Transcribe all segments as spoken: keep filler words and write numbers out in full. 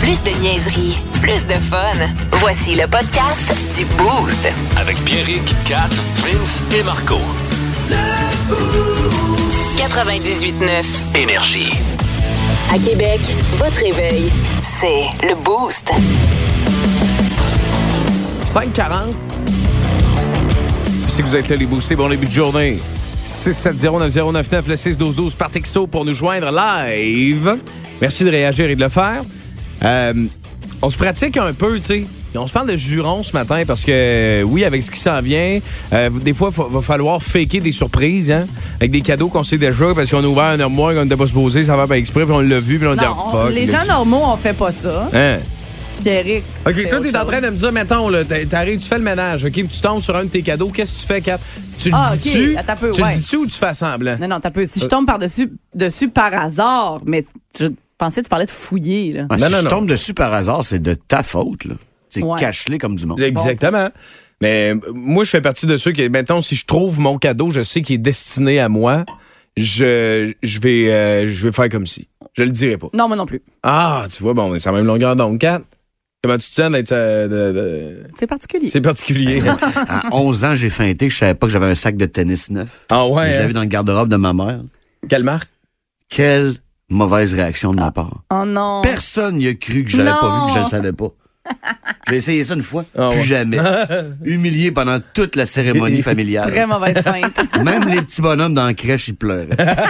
Plus de niaiserie, plus de fun. Voici le podcast du Boost. Avec Pierrick, Kat, Vince et Marco. quatre-vingt-dix-huit neuf Énergie. À Québec, votre réveil, c'est le Boost. cinq quarante. Si vous êtes là, les boostés, bon début de journée. six sept zéro neuf zéro neuf neuf, le six douze douze par texto pour nous joindre live. Merci de réagir et de le faire. Euh, on se pratique un peu, tu sais. On se parle de jurons ce matin parce que, oui, avec ce qui s'en vient, euh, des fois, il va falloir faker des surprises, hein, avec des cadeaux qu'on sait déjà parce qu'on a ouvert un armoire qu'on n'était pas supposé, ça va pas exprès, puis on l'a vu, puis on dit non, oh, fuck. Les gens normaux, on fait pas ça. Hein? Pierrick. OK, toi, t'es en train de me dire, mettons, là, t'arrives, tu fais le ménage, OK, puis tu tombes sur un de tes cadeaux, qu'est-ce que tu fais, Kat? Tu le Ah, dis-tu? OK, attends un peu, tu ouais. le dis-tu ou tu fais semblant? Non, non, t'as peu. Si je tombe par-dessus dessus par hasard, mais je pensais que tu parlais de fouiller, là. Ah, Non, si non, je non. tombe dessus par hasard, c'est de ta faute, là. C'est Ouais. cache-les comme du monde. Exactement. Mais euh, moi, je fais partie de ceux qui, mettons, si je trouve mon cadeau, je sais qu'il est destiné à moi, je, je, vais, euh, je vais faire comme si. Je le dirai pas. Non, moi non plus. Ah, tu vois, bon, on est sur la même longueur d'onde, Kat. Comment tu te sens d'être... euh, de, de... C'est particulier. C'est particulier. À onze ans, j'ai feinté que je savais pas que j'avais un sac de tennis neuf. Ah ouais? Je hein? l'avais dans le garde-robe de ma mère. Quelle marque? Quelle mauvaise réaction de ma part. Oh non. Personne n'y a cru que je l'avais Non. pas vu, que je le savais pas. J'ai essayé ça une fois, Ah plus ouais. jamais. Humilié pendant toute la cérémonie familiale. Très mauvaise feinte. Même les petits bonhommes dans la crèche, ils pleuraient.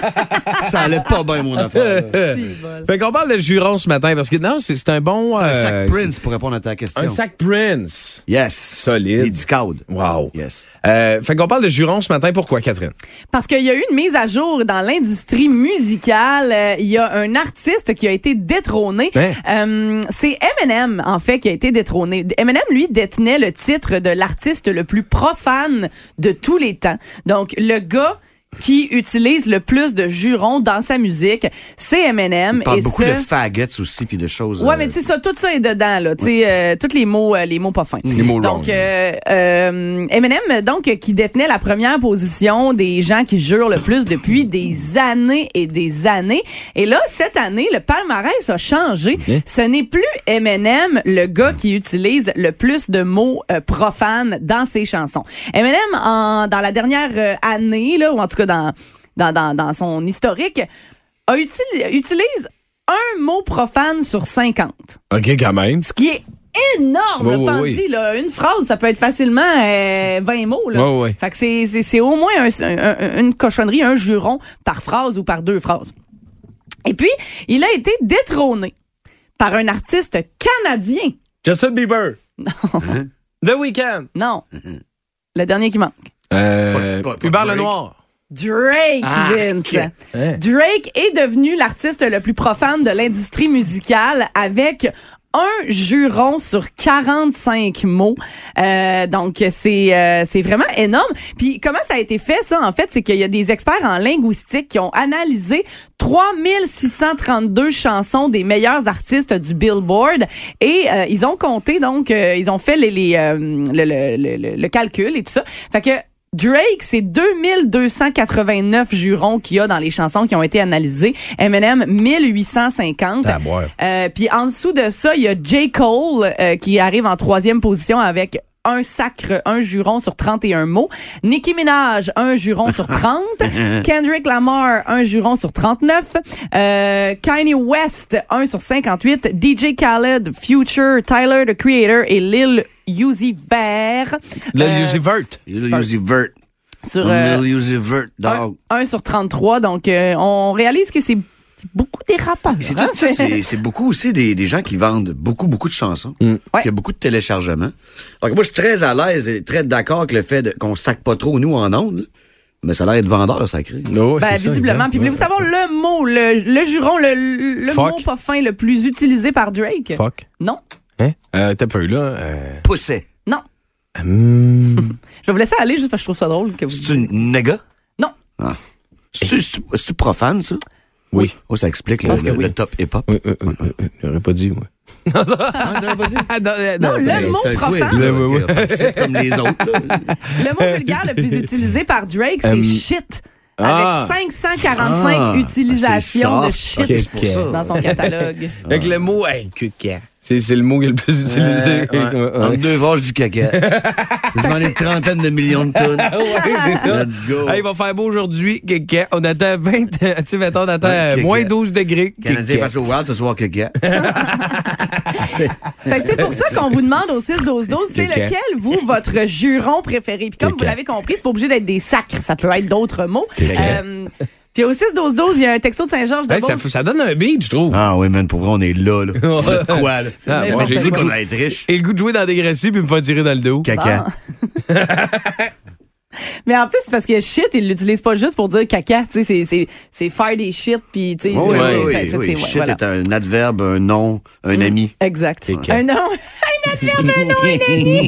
Ça allait pas bien, mon affaire. là. Si, bol. Fait qu'on parle de jurons ce matin, parce que non, c'est, c'est un bon... C'est un euh, sac Prince pour répondre à ta question. Un sac Prince. Yes. Solide. Les discount. Wow. Yes. Euh, fait qu'on parle de jurons ce matin. Pourquoi, Catherine? Parce qu'il y a eu une mise à jour dans l'industrie musicale. Euh, Il y a un artiste qui a été détrôné. Hein? Euh, c'est Eminem, en fait, qui a été détrôné. Eminem, lui, détenait le titre de l'artiste le plus profane de tous les temps. Donc, le gars qui utilise le plus de jurons dans sa musique, c'est Eminem. Il parle et beaucoup ce- de faggots aussi, puis de choses... Ouais, euh, mais tu sais ça, tout ça est dedans là, tu sais, euh, tous les mots, euh, les mots pas fins. Les mots Donc, wrong. euh, euh, Eminem, donc, euh, qui détenait la première position des gens qui jurent le plus depuis des années et des années. Et là, cette année, le palmarès a changé. Hein? Ce n'est plus Eminem, le gars qui utilise le plus de mots euh, profanes dans ses chansons. Eminem, en, dans la dernière euh, année, là, ou en tout cas dans dans dans, dans son historique, a util- utilise un mot profane sur cinquante. OK, quand même. Ce qui est énorme. Oui, là, oui, pensez, oui. là, une phrase, ça peut être facilement euh, vingt mots. Là. Oui, oui. Fait que c'est, c'est, c'est au moins un- un- une cochonnerie, un juron par phrase ou par deux phrases. Et puis, il a été détrôné par un artiste canadien. Justin Bieber. The Weeknd. Non. Le dernier qui manque. Euh, Pas- pas- pas Hubert Drake. Lenoir. Drake, Ah, Vince. ok. Hein? Drake est devenu l'artiste le plus profane de l'industrie musicale avec un juron sur quarante-cinq mots. Euh, donc, c'est euh, c'est vraiment énorme. Puis, comment ça a été fait, ça, en fait, c'est qu'il y a des experts en linguistique qui ont analysé trois mille six cent trente-deux chansons des meilleurs artistes du Billboard et euh, ils ont compté, donc, euh, ils ont fait les, les, euh, le, le, le, le, le calcul et tout ça. Fait que Drake, c'est deux mille deux cent quatre-vingt-neuf jurons qu'il y a dans les chansons qui ont été analysées. Eminem, mille huit cent cinquante. Ah, boire. Euh, puis en dessous de ça, il y a J. Cole euh, qui arrive en troisième position avec un sacre, un juron sur trente et un mots. Nicki Minaj, un juron sur trente. Kendrick Lamar, un juron sur trente-neuf. Euh, Kanye West, un sur cinquante-huit. D J Khaled, Future, Tyler, The Creator et Lil Uzi Vert. Le Euh, Uzi Vert. Lil Uzi Vert. sur euh, Lil Uzi Vert, dog. un sur trente-trois. Donc, euh, on réalise que c'est c'est beaucoup dérapant. C'est, hein, tout ça, c'est, c'est beaucoup aussi des, des gens qui vendent beaucoup, beaucoup de chansons. Mm. Ouais. Il y a beaucoup de téléchargements. Donc moi, je suis très à l'aise et très d'accord avec le fait de, qu'on sac pas trop, nous, en ondes. là. Mais ça a l'air d'être vendeur, sacré. Oh, Ben, c'est ça, visiblement. exact. Puis voulez-vous savoir le mot, le, le juron, le, le Fuck. mot pas fin le plus utilisé par Drake? Fuck. Non. Hein? Euh, t'as peu, là. Euh... Pousset. Non. hum, Je vais vous laisser aller juste parce que je trouve ça drôle que vous... C'est une nèga? Non. Ah. C'est-tu, c'est-tu- c'est-tu profane, ça? Oui. Oh, ça explique le, Parce que le- oui. le top hip-hop. Oui, oui, oui, oui, oui. J'aurais pas dit, moi. Ah, t'avais pas dit? Ah, non, euh, Non, le t'as- mot C'est un profane. quiz, là, Oui, oui, que participe comme les autres. là. Le mot vulgaire le plus utilisé par Drake, c'est Euh, shit. Ah. avec cinq cent quarante-cinq Ah, utilisations c'est de soft. shit Ok, c'est pour ça. dans son catalogue. Avec le mot, hey, caca. C'est, c'est le mot qui est le plus utilisé. Ouais, ouais. Entre deux vaches du caca. J'en ai une trentaine de millions de tonnes. Ouais, c'est ça. Let's go. Hey, il va faire beau aujourd'hui, caca. On attend vingt, tu sais, mettons, on attend Ouais, euh, caca. moins douze degrés. Canadien caca. passe au Wild ce soir, caca. Fait que c'est pour ça qu'on vous demande au six douze douze, c'est Caca. lequel, vous, votre juron préféré. Puis comme Caca. vous l'avez compris, c'est pas obligé d'être des sacres, ça peut être d'autres mots. Caca. Euh, Puis au six douze douze, il y a un texto de Saint-Georges de Hey, ça, Beauce. ça donne un beat, je trouve. Ah oui, man, pour vrai, on est là, là. C'est quoi, là? Ah, n'importe moi, j'ai J'ai dit le goût qu'on de- allait être riche. et le goût de jouer dans des gracieux puis me faire tirer dans le dos. Caca. Mais en plus, c'est parce que shit, ils l'utilisent pas juste pour dire caca. Tu sais, c'est, c'est, c'est faire des shit, puis tu sais. Oui, oui, Ouais, oui. ça- oui, ça, oui. c'est- ouais, Shit voilà. est un adverbe, un nom, un ami. Exact. Caca. Un nom. Un adverbe, un nom, un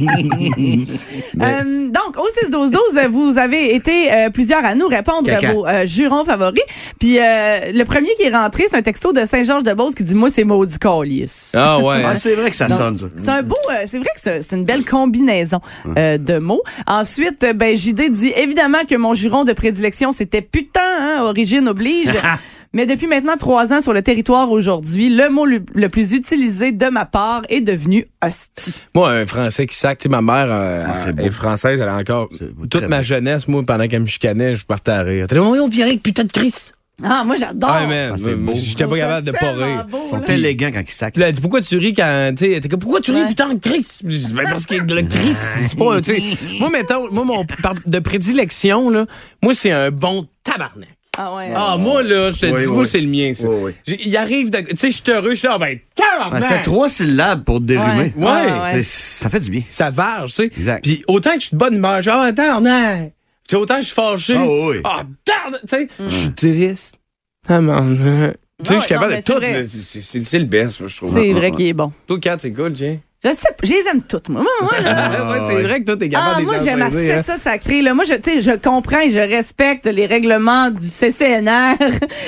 ami. Euh, donc, au six douze douze, vous avez été euh, plusieurs à nous répondre Caca. à vos euh, jurons favoris. Puis euh, le premier qui est rentré, c'est un texto de Saint-Georges-de-Beauce qui dit « Moi, c'est maudit calice ». Ah ouais. Ah, c'est vrai que ça Donc, sonne, ça. C'est un beau, euh, c'est vrai que c'est, c'est une belle combinaison euh, de mots. Ensuite, euh, ben J D dit évidemment que mon juron de prédilection c'était putain, hein, origine oblige. Mais depuis maintenant trois ans sur le territoire aujourd'hui, le mot le, le plus utilisé de ma part est devenu hostie. Moi, un Français qui sac, tu sais, ma mère euh, Ah, c'est beau. est française, elle a encore. C'est beau, Toute très ma beau. jeunesse, moi, pendant qu'elle me chicanait, je partais à rire. T'es là, oh, Pierrick, putain de Chris. Ah, moi j'adore. Ah, man, Ah, c'est moi, beau. j'étais pas capable de pas rire. Beau, Ils sont là. élégants quand ils sacent. Puis là, elle dit, pourquoi tu ris quand, tu sais, t'es comme, pourquoi tu ris, Ouais. putain de Chris? Je dis, ben, parce que le Chris, c'est pas, tu sais, moi, mettons, moi, mon par- de prédilection, là, moi, c'est un bon tabarnak. Ah ouais. Ah, moi, là, je te Oui, dis, oui. moi, c'est le mien, ça. Oui, oui. J'ai- Il arrive, de- tu sais, je suis heureux, je suis là, ah, ben, Ah, tabarnak! c'était trois syllabes pour te dérimer. Ouais. Ouais, ouais. C'est- Ça fait du bien. Ça varge, tu sais. Exact. Puis autant que je suis de bonne humeur, genre, ah, tabarnak! Tu sais, autant que je suis fâché. Ah, oui, oui. Ah, tabarnak! Tu sais, je suis triste. Ah, man. Tu sais, je Ouais, suis capable non, de mais c'est tout. vrai. là. C'est c'est- c'est le best, moi, je trouve. C'est vrai qu'il est bon. Toi, Kat, c'est cool, tiens. Je sais, je les aime toutes, moi. Moi, moi, là. ouais, c'est ouais. vrai que toi, t'es capable Ah, de moi, les j'aime enchaîner, assez hein. ça sacré. Là. Moi, je, tu sais, je comprends et je respecte les règlements du C C N R.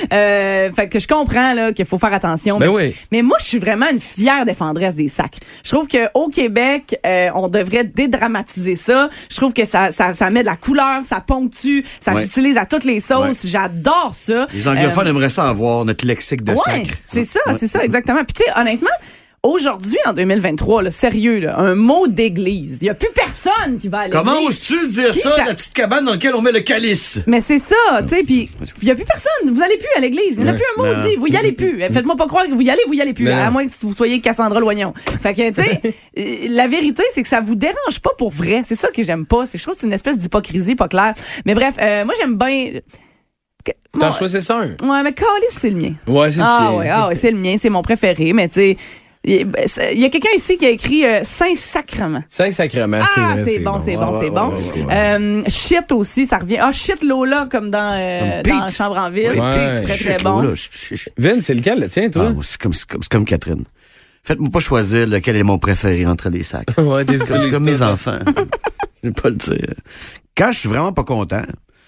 Euh, fait que je comprends là, qu'il faut faire attention. Ben mais, oui. mais moi, je suis vraiment une fière défendresse des sacres. Je trouve qu'au Québec, euh, on devrait dédramatiser ça. Je trouve que ça, ça, ça met de la couleur, ça ponctue, ça Ouais. s'utilise à toutes les sauces. J'adore ça. Les anglophones Euh, aimeraient ça avoir notre lexique de Ouais, sacre. c'est ça, Ouais. c'est ça, exactement. Puis tu sais, honnêtement, aujourd'hui, en deux mille vingt-trois, là, sérieux, là, un mot d'église, il n'y a plus personne qui va à l'église. Comment oses-tu dire Qui ça, ça- la petite cabane dans laquelle on met le calice? Mais c'est ça, tu sais, puis il n'y a plus personne. Vous allez plus à l'église. Il n'y en a Ouais. plus un mot Non. dit. Vous y allez plus. Faites-moi pas croire que vous y allez, vous y allez plus. Non. À moins que vous soyez Cassandra Loignon. Fait que, tu sais, euh, la vérité, c'est que ça vous dérange pas pour vrai. C'est ça que j'aime pas. C'est, je trouve que c'est une espèce d'hypocrisie pas claire. Mais bref, euh, moi, j'aime bien. que- T'en Mon- choisis ça un? Ouais, mais Calis, c'est le mien. Ouais, c'est le Ah tien. ouais, ah ouais, c'est le mien, c'est mon préféré, mais tu sais, il ben, c'est- il y a quelqu'un ici qui a écrit euh, Saint-Sacrement. Saint-Sacrement, c'est Ah, vrai. c'est bon, c'est bon, Ouais, c'est ouais, bon. ouais, ouais, ouais. Euh, shit aussi, ça revient. Ah, shit Lola, comme dans, euh, Comme dans Pete. Chambre en ville. Oui, Ouais. Pete, Très, shit, très bon. là, je- je- je- Vin, c'est lequel, le tien, toi? Ah, moi, c'est comme, c'est comme, c'est comme Catherine. Faites-moi pas choisir lequel est mon préféré entre les sacs. ouais, t'es C'est comme, comme mes enfants. Je vais pas le dire. Quand je suis vraiment pas content,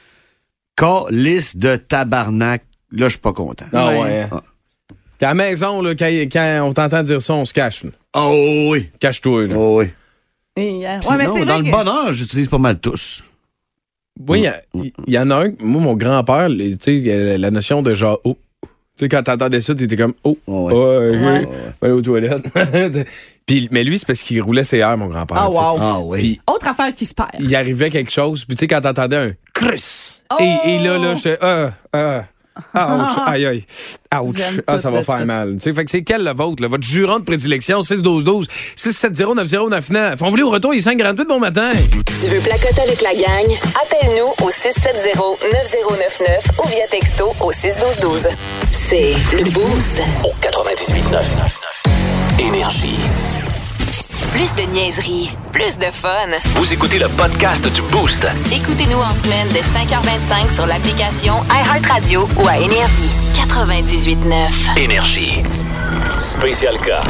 calice de tabarnak, là, je suis pas content. Ah Ouais. ouais. hein. Ah. Qu'à la maison, là, quand, quand on t'entend dire ça, on se cache. là. Oh oui. Cache-toi, là. Oh oui. Et, euh, ouais, Sinon, mais c'est dans vrai le que- bonheur, j'utilise pas mal tous. Oui, il y a- il y, en a un, moi, mon grand-père, les- tu sais, il y a la notion de genre, oh. Tu sais, quand t'entendais ça, t'étais comme, oh, Oh, ouais, ouais. ok, Ouais. va aller aux toilettes. Puis, mais lui, c'est parce qu'il roulait ses airs, mon grand-père. Ah, tu sais. wow. Ah oui. Autre affaire qui se perd. Il arrivait quelque chose, puis tu sais, quand t'entendais un Chris, Oh! et, et là, là, j'étais, ah, ah, ouch, aïe, aïe, ouch, J'aime ah, tout ça va de faire ça. mal. Tu sais, fait que c'est quel le vôtre, là? Votre jurant de prédilection, six douze douze, six sept zéro neuf zéro neuf neuf. On voulait au retour, il est cinq quarante-huit, bon matin. Tu veux placoter avec la gang? Appelle-nous au six sept zéro neuf zéro neuf neuf ou via texto au six douze douze. C'est le Boost. Au quatre-vingt-dix-huit neuf. Énergie. Plus de niaiserie, plus de fun. Vous écoutez le podcast du Boost. Écoutez-nous en semaine de cinq heures vingt-cinq sur l'application iHeartRadio ou à Énergie. quatre-vingt-dix-huit neuf. Énergie. Spécial K.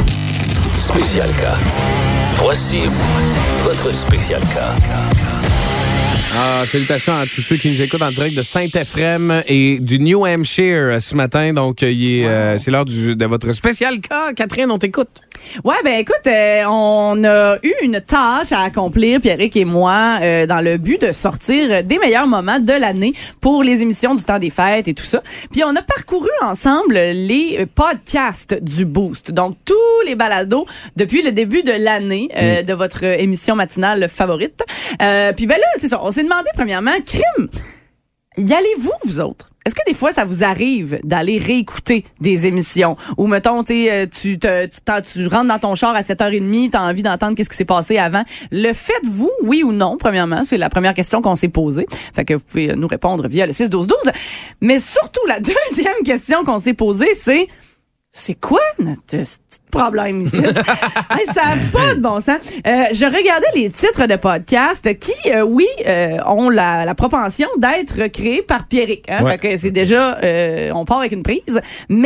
Spécial K. Voici votre spécial K. Ah, salutations à tous ceux qui nous écoutent en direct de Saint-Ephrem et du New Hampshire ce matin. Donc, il est, wow. euh, c'est l'heure du, de votre spécial cas. Catherine, on t'écoute. Ouais, ben écoute, euh, on a eu une tâche à accomplir, Pierrick et moi, euh, dans le but de sortir des meilleurs moments de l'année pour les émissions du temps des fêtes et tout ça. Puis on a parcouru ensemble les podcasts du Boost. Donc, tous les balados depuis le début de l'année euh, mm. de votre émission matinale favorite. Euh, puis ben là, c'est ça. On s'est demandé premièrement, crime, y allez-vous, vous autres? Est-ce que des fois, ça vous arrive d'aller réécouter des émissions? Ou, mettons, tu tu, te, tu, tu rentres dans ton char à sept heures trente, t'as envie d'entendre qu'est-ce qui s'est passé avant. Le faites-vous, oui ou non, premièrement? C'est la première question qu'on s'est posée. Fait que vous pouvez nous répondre via le six douze douze. Mais surtout, la deuxième question qu'on s'est posée, c'est... C'est quoi notre petit problème ici? Hey, ça n'a pas de bon sens. Euh, je regardais les titres de podcasts qui, euh, oui, euh, ont la, la propension d'être créés par Pierrick. Hein? Ouais. Fait que c'est déjà... Euh, on part avec une prise. Mais...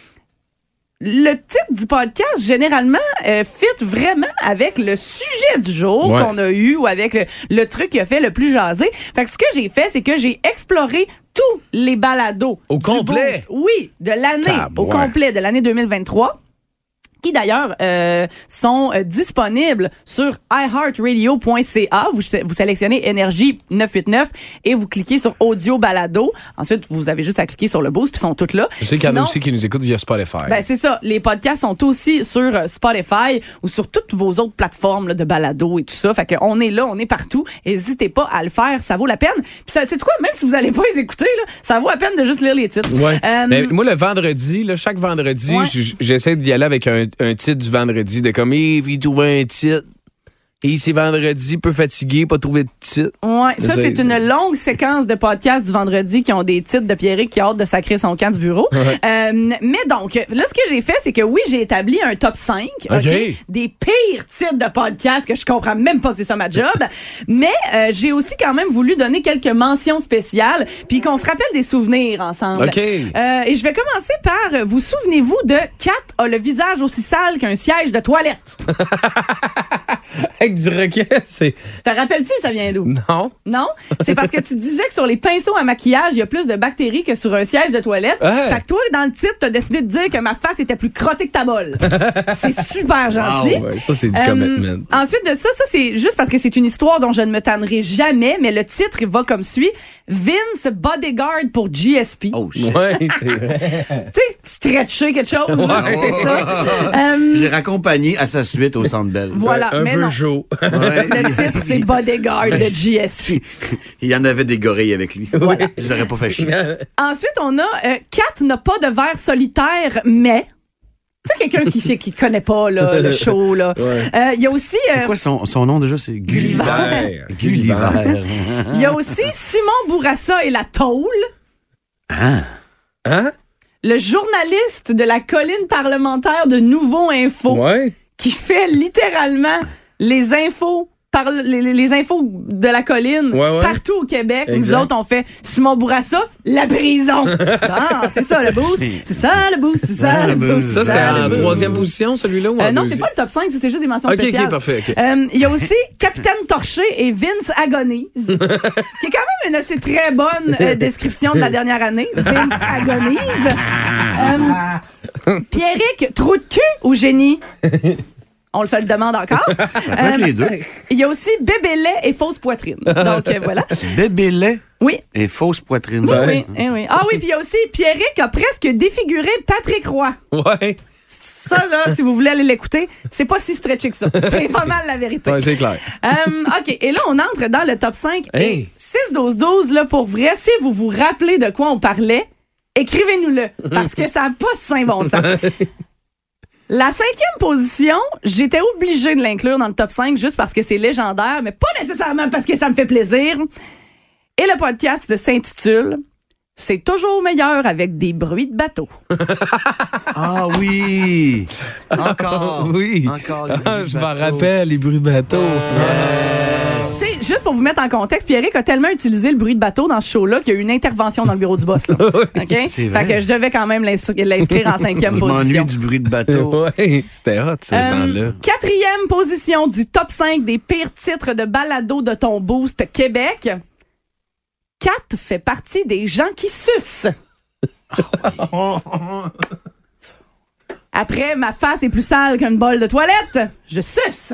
le titre du podcast, généralement, euh, fit vraiment avec le sujet du jour ouais. qu'on a eu ou avec le, le truc qui a fait le plus jaser. Fait que ce que j'ai fait, c'est que j'ai exploré tous les balados. Au complet? Boost. Oui, de l'année, ah, au ouais. complet, de l'année deux mille vingt-trois. Qui d'ailleurs euh, sont euh, disponibles sur i heart radio point c a. Vous, vous sélectionnez Énergie neuf cent quatre-vingt-neuf et vous cliquez sur Audio Balado. Ensuite, vous avez juste à cliquer sur le boost puis ils sont tous là. Je sais qu'il y en a aussi qui nous écoutent via Spotify. Ben c'est ça. Les podcasts sont aussi sur Spotify ou sur toutes vos autres plateformes là, de balado et tout ça. Fait qu'on est là, on est partout. N'hésitez pas à le faire, ça vaut la peine. Puis ça, c'est quoi, même si vous n'allez pas les écouter, là, ça vaut la peine de juste lire les titres. Ouais. Euh, ben, moi, le vendredi, là, chaque vendredi, ouais. j'essaie d'y aller avec un un titre du vendredi, de comme, il hey, trouver un titre. Et c'est vendredi, peu fatigué, pas trouver de titre. Ouais, ça, c'est, c'est une longue séquence de podcasts du vendredi qui ont des titres de Pierrick qui a hâte de sacrer son camp du bureau. Ouais. Euh, mais donc, là, ce que j'ai fait, c'est que oui, j'ai établi un top cinq okay. Okay, des pires titres de podcasts que je comprends même pas que c'est ça ma job. mais euh, j'ai aussi quand même voulu donner quelques mentions spéciales puis qu'on se rappelle des souvenirs ensemble. Okay. Euh, et je vais commencer par, vous souvenez-vous de Kat a le visage aussi sale qu'un siège de toilette? Du requin, c'est... Te rappelles-tu, ça vient d'où? Non. Non? C'est parce que tu disais que sur les pinceaux à maquillage, il y a plus de bactéries que sur un siège de toilette. Hey. Fait que toi, dans le titre, t'as décidé de dire que ma face était plus crottée que ta bolle. C'est super gentil. Wow, ouais, ça, c'est du euh, commitment. Ensuite de ça, ça, c'est juste parce que c'est une histoire dont je ne me tannerai jamais, mais le titre, il va comme suit. Vince Bodyguard pour G S P. Oh, shit. Ouais, c'est vrai. Tu sais, stretcher quelque chose. Ouais. C'est ça. um, je l'ai raccompagné à sa suite au Centre Bell. Voilà, un mais peu non. chaud. Ouais. Le titre, c'est Bodyguard de G S P. Il y en avait des gorilles avec lui. Voilà. Je les aurais pas fait chier. Ensuite, on a euh, Kat n'a pas de verre solitaire, mais... Tu sais, quelqu'un qui sait, qui connaît pas là, le show. Là. Il ouais. euh, y a aussi... C'est euh, quoi son, son nom déjà? C'est Gulliver. Gulliver. Il y a aussi Simon Bourassa et la tôle. Hein? Hein? Le journaliste de la colline parlementaire de Nouveau Info. Ouais. Qui fait littéralement les infos par les, les infos de la colline ouais, ouais. partout au Québec. Exact. Nous autres, on fait Simon Bourassa, la prison. Ah, c'est ça le boost. C'est ça le boost. C'est ça le boost. Ça, c'était en troisième position, celui-là, ou en euh, Non, deuxième? c'est pas le top cinq, c'est juste des mentions okay, spéciales. OK, parfait. Il okay. euh, y a aussi Capitaine Torché et Vince Agonise, qui est quand même une assez très bonne euh, description de la dernière année. Vince Agonise. Euh, Pierrick, trou de cul ou génie? On se le demande encore. Ça peut être euh, les deux. Il y a aussi bébé lait et fausse poitrine. Donc, euh, voilà. Bébé lait oui. et fausse poitrine. Oui, oui, eh oui. Ah oui, puis il y a aussi Pierrick a presque défiguré Patrick Roy. Ouais. Ça, là, si vous voulez aller l'écouter, c'est pas si stretché que ça. C'est pas mal la vérité. Ouais, c'est clair. Euh, OK, et là, on entre dans le top cinq. Hey. six douze douze, là, pour vrai, si vous vous rappelez de quoi on parlait, écrivez-nous-le. Parce que ça n'a pas de saint bon sens. La cinquième position, j'étais obligée de l'inclure dans le top cinq juste parce que c'est légendaire, mais pas nécessairement parce que ça me fait plaisir. Et le podcast s'intitule « C'est toujours meilleur avec des bruits de bateau ». Ah oui! Encore! Oui! Encore ah, je m'en rappelle, les bruits de bateau. Euh, juste pour vous mettre en contexte, Pierrick a tellement utilisé le bruit de bateau dans ce show-là qu'il y a eu une intervention dans le bureau du boss. Là. OK? C'est vrai. Fait que je devais quand même l'instru- l'inscrire en cinquième Je position. m'ennuie du bruit de bateau. Ouais, c'était hot, ça, ce Euh, temps-là. quatrième position du top cinq des pires titres de balado de ton boost Québec. Kat fait partie des gens qui sucent. Après, ma face est plus sale qu'une bol de toilette. Je suce.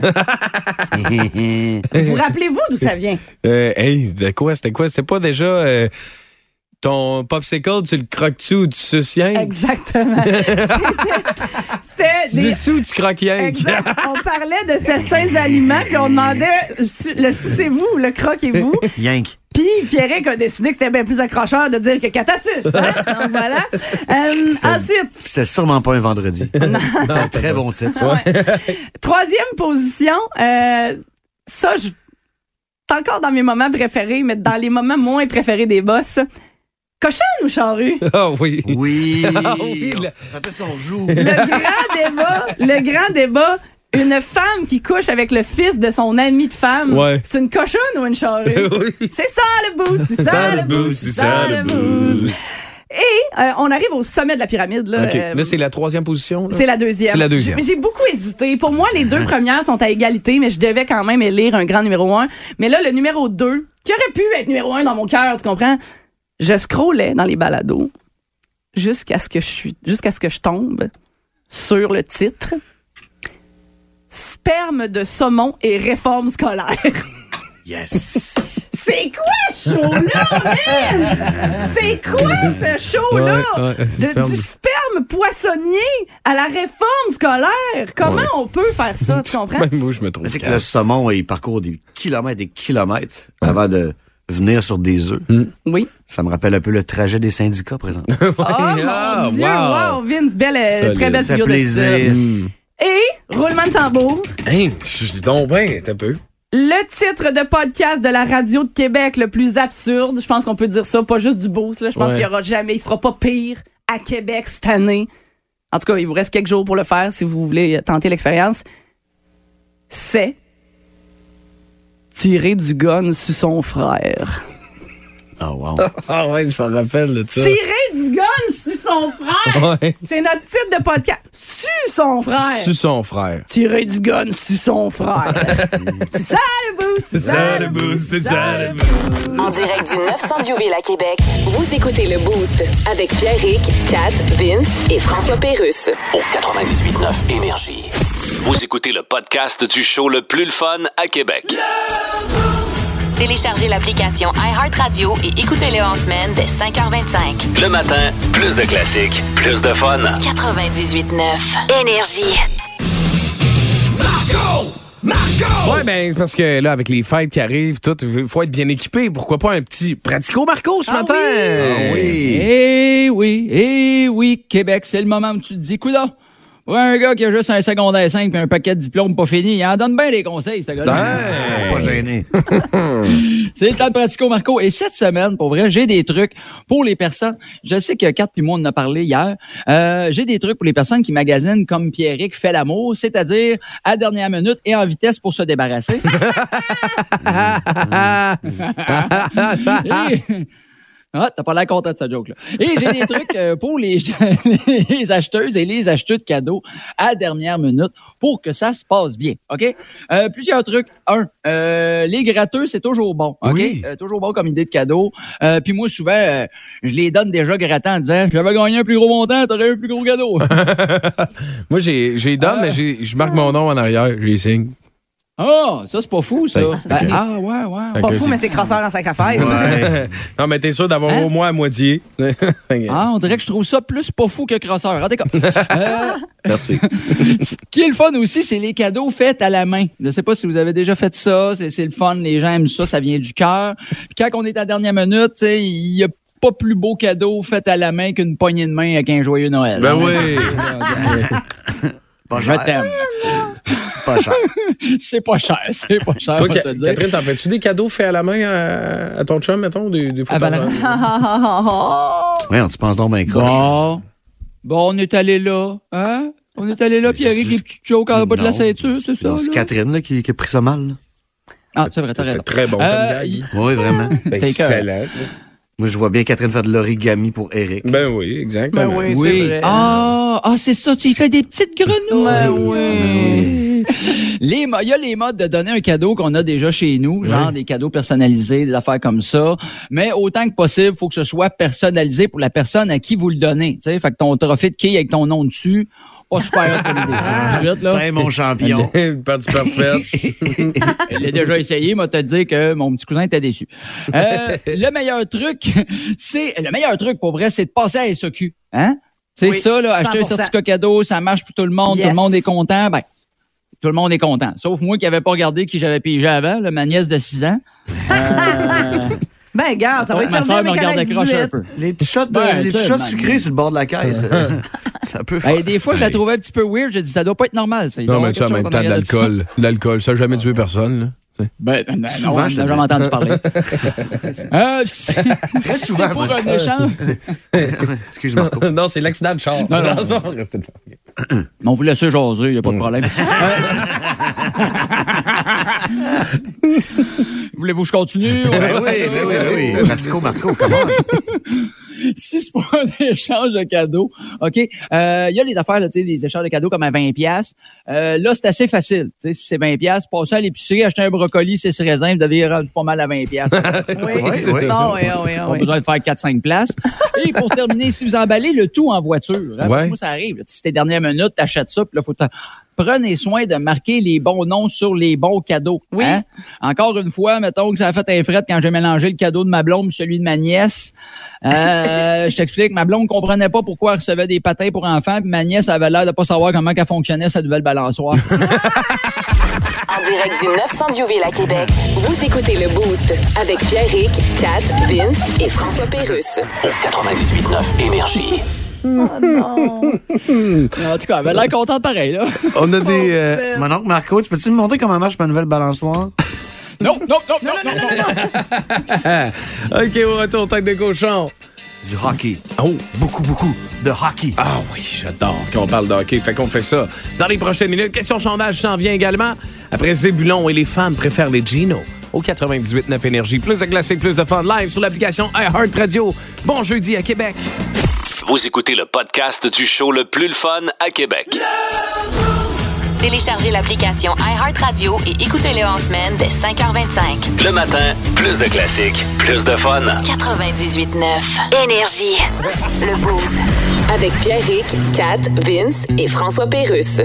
Vous rappelez-vous d'où ça vient? Euh, hey, de quoi? C'était quoi? C'est pas déjà euh, ton popsicle, tu le croques-tu ou tu suces rien? Exactement. C'était, c'était Tu des... suces ou tu croques rien? Exact. On parlait de certains aliments puis on demandait su- le sucez-vous ou le croquez-vous. Yank. Puis Pierrick a décidé que c'était bien plus accrocheur de dire que Catasus. Hein? Donc voilà. Euh, ensuite, C'est sûrement pas un vendredi. C'est un très bon titre. ouais. Troisième position, euh, ça, je, c'est encore dans mes moments préférés, mais dans les moments moins préférés des boss. Cochonne ou charrue? Ah oui. Oui. Ah oui, le- Quand est-ce qu'on joue? Le grand débat, le grand débat. Une femme qui couche avec le fils de son ami de femme, Ouais. c'est une cochonne ou une charrue? Oui. C'est ça le boost, c'est ça, le boost, c'est ça le boost. Et euh, on arrive au sommet de la pyramide. Là, OK. Euh, Là, c'est la troisième position. là? c'est la deuxième. C'est la deuxième. J'ai, j'ai beaucoup hésité. Pour moi, les deux premières sont à égalité, mais je devais quand même élire un grand numéro un. Mais là, le numéro deux, qui aurait pu être numéro un dans mon cœur, tu comprends? Je scrollais dans les balados jusqu'à ce que je suis, jusqu'à ce que je tombe sur le titre Sperme de saumon et réforme scolaire. Yes. C'est quoi ce show-là, man? C'est quoi ce show-là? Ouais, ouais, De- sperme. du sperme poissonnier à la réforme scolaire. Comment Ouais. on peut faire ça, tu comprends? Même moi, je me trouve. C'est que calme. le saumon, il parcourt des kilomètres et des kilomètres avant de venir sur des œufs. Oui. Ça me rappelle un peu le trajet des syndicats, présent. Oh Ah, mon Dieu, wow. wow, Vince, belle, euh, Solide. très belle Ça fait figure de plaisir. style. Hmm. Et, roulement de tambour, Hey, je dis donc ben, t'as peu. le titre de podcast de la radio de Québec le plus absurde, je pense qu'on peut dire ça, pas juste du boost, là. Je pense Ouais. qu'il y aura jamais, il se fera pas pire à Québec cette année. En tout cas, il vous reste quelques jours pour le faire si vous voulez tenter l'expérience. C'est tirer du gun sur son frère. Oh, wow. Ah ouais, je me rappelle de ça. Tirer du gun sur son frère! Ouais. C'est notre titre de podcast. Sur son frère! Sur son frère. Tirer du gun sur son frère. C'est ça le boost! C'est ça le boost! c'est ça le boost. En direct du neuf cents Diouville à Québec, vous écoutez le Boost avec Pierrick, Kat, Vince et François Pérusse. Au quatre-vingt-dix-huit neuf Énergie. Vous écoutez le podcast du show le plus le fun à Québec. Téléchargez l'application iHeartRadio et écoutez-le en semaine dès cinq heures vingt-cinq. Le matin, plus de classiques, plus de fun. quatre-vingt-dix-huit neuf Énergie. Ouais, ben, c'est parce que là, avec les fêtes qui arrivent, tout, il faut être bien équipé. Pourquoi pas un petit Pratico Marco ce Ah matin? Ah oui. Eh oui, eh oui, Québec, c'est le moment où tu te dis, coudonc, pour un gars qui a juste un secondaire cinq et un paquet de diplômes pas fini, il en donne bien des conseils, ce gars-là. Ouais. Pas gêné. C'est le temps de Pratico Marco. Et cette semaine, pour vrai, j'ai des trucs pour les personnes. Je sais que Kat puis moi, on en a parlé hier. Euh, j'ai des trucs pour les personnes qui magasinent comme Pierrick fait l'amour, c'est-à-dire à dernière minute et en vitesse pour se débarrasser. Et- Ah, t'as pas l'air content de cette joke-là. Et j'ai des trucs euh, pour les, les acheteuses et les acheteurs de cadeaux à dernière minute pour que ça se passe bien, OK? Euh, plusieurs trucs. Un, euh, les gratteux, c'est toujours bon, OK? Oui. Euh, toujours bon comme idée de cadeau. Euh, Puis moi, souvent, euh, je les donne déjà grattants en disant « J'avais gagné un plus gros montant, t'aurais un plus gros cadeau. » Moi, j'ai, j'ai donne, Ah. mais j'ai, je marque mon nom en arrière, je les signe. Ah, ça, c'est pas fou, ça. Ben, Ben, ah, ouais, ouais. Pas Ok, fou, c'est- mais c'est crosseur en sacrifice. Ouais. Non, mais t'es sûr d'avoir Hein? au moins la moitié. Ah, on dirait que je trouve ça plus pas fou que crosseur. En tout cas, euh, Merci. ce qui est le fun aussi, c'est les cadeaux faits à la main. Je sais pas si vous avez déjà fait ça. C'est, c'est le fun. Les gens aiment ça. Ça vient du cœur. Puis quand on est à la dernière minute, tu sais, il y a pas plus beau cadeau fait à la main qu'une poignée de main avec un joyeux Noël. Ben oui. Pas Je cher. t'aime. Pas cher. C'est pas cher. C'est pas cher, on Toi, va se Ca- dire. Catherine, t'en fais-tu des cadeaux faits à la main à, à ton chum, mettons, des, des fois? À Valentin. Ouais, on te pense donc bien croche. Bon. Bon, on est allé là. Hein? On est allé là, puis avec des petites jokes en bas de la Non, ceinture, c'est ça? non, c'est là? Catherine là, qui, qui a pris ça mal. là. Ah, c'est vrai, t'as C'était raison. très bon Euh, comme gag. Oui, vraiment. Ben, c'est excellent. Moi, je vois bien Catherine faire de l'origami pour Eric. Ben oui, exactement. Ben oui, c'est Oui. vrai. Ah, ah, c'est ça, tu y fais des petites grenouilles. Ben oui. Les mo- Il y a les modes de donner un cadeau qu'on a déjà chez nous, genre des cadeaux personnalisés, des affaires comme ça. Mais autant que possible, il faut que ce soit personnalisé pour la personne à qui vous le donnez. Tu sais, fait que ton trophée de quilles avec ton nom dessus, pas super hot comme idée. Tout de suite, là. T'es mon champion. Partie parfaite. Elle l'a déjà essayé, moi te dire que mon petit cousin était déçu. Euh, le meilleur truc, c'est le meilleur truc pour vrai, c'est de passer à S A Q. Hein? C'est Oui, ça, là, acheter un cent pour cent. certificat cadeau, ça marche pour tout le monde, Yes. tout le monde est content. Ben, tout le monde est content. Sauf moi qui n'avais pas regardé qui j'avais payé avant, là, ma nièce de six ans. Euh, Ben, regarde, ça va être ma soeur servi me avec regarde Alex accroche un dix-huit. peu. Les petits shots, de, Ben, les tu petits sais, shots man. sucrés sur le bord de la caisse. Ça peut faire. Ben, des fois, je la trouvais un petit peu weird. J'ai dit, ça doit pas être normal. Ça. Il doit Non, y mais avoir tu sais, en quelque même chose temps, de arrière ça. l'alcool. De L'alcool, ça n'a jamais tué personne, là. Ben, ben, Souvent, non, je je te n'ai dis. jamais entendu parler. euh, c'est Très souvent. c'est pour moi. un échange. Excuse Marco. Non, c'est l'accident de char. Non, non. ça va rester de- Mais on vous laisse jaser, il n'y a pas de problème. Euh, Voulez-vous que je continue? Ben oui, ben oui, ben oui. Pratico Marco, comment? Si c'est pour un échange de cadeaux, OK, euh, il y a les affaires, là, tu sais, des échanges de cadeaux comme à vingt piastres. Euh, là, c'est assez facile. Tu sais, si c'est vingt piastres, passez à l'épicerie, achetez un brocoli, c'est raisin, vous devez rendre pas mal à vingt piastres. Oui, Oui, c'est oui. ça. Oui, oui, Pas oui. besoin de faire quatre cinq places. Et pour terminer, si vous emballez le tout en voiture, hein, parce Ouais. que moi, ça arrive. Là, si t'es dernière minute, t'achètes ça, puis là, faut te... Prenez soin de marquer les bons noms sur les bons cadeaux. Oui. Hein? Encore une fois, mettons que ça a fait un fret quand j'ai mélangé le cadeau de ma blonde et celui de ma nièce. Euh, je t'explique, ma blonde comprenait pas pourquoi elle recevait des patins pour enfants, puis ma nièce avait l'air de pas savoir comment qu'elle fonctionnait sa nouvelle balançoire. En direct du neuf cents Diouville à Québec, vous écoutez le Boost avec Pierrick, Kat, Vince et François Pérusse. Au quatre-vingt-dix-huit neuf Énergie. En tout cas, elle avait l'air contente pareil, là. On a des. euh, Mon oncle Marco, tu peux-tu me montrer comment marche ma nouvelle balançoire? Non, non, non, non, non, non, non. OK, au retour, tête de cochon. Du hockey. Oh. Beaucoup, beaucoup de hockey. Ah oui, j'adore qu'on parle de hockey. Fait qu'on fait ça dans les prochaines minutes. Question sondage s'en vient également. Après Zébulon et les femmes préfèrent les Gino. Au quatre-vingt-dix-huit neuf Énergie. Plus de classiques, plus de fun live sur l'application iHeartRadio. Bon jeudi à Québec. Vous écoutez le podcast du show le plus le fun à Québec. Téléchargez l'application iHeartRadio et écoutez-le en semaine dès cinq heures vingt-cinq. Le matin, plus de classiques, plus de fun. quatre-vingt-dix-huit neuf Énergie. Le Boost avec Pierrick, Kat, Vince et François Pérusse.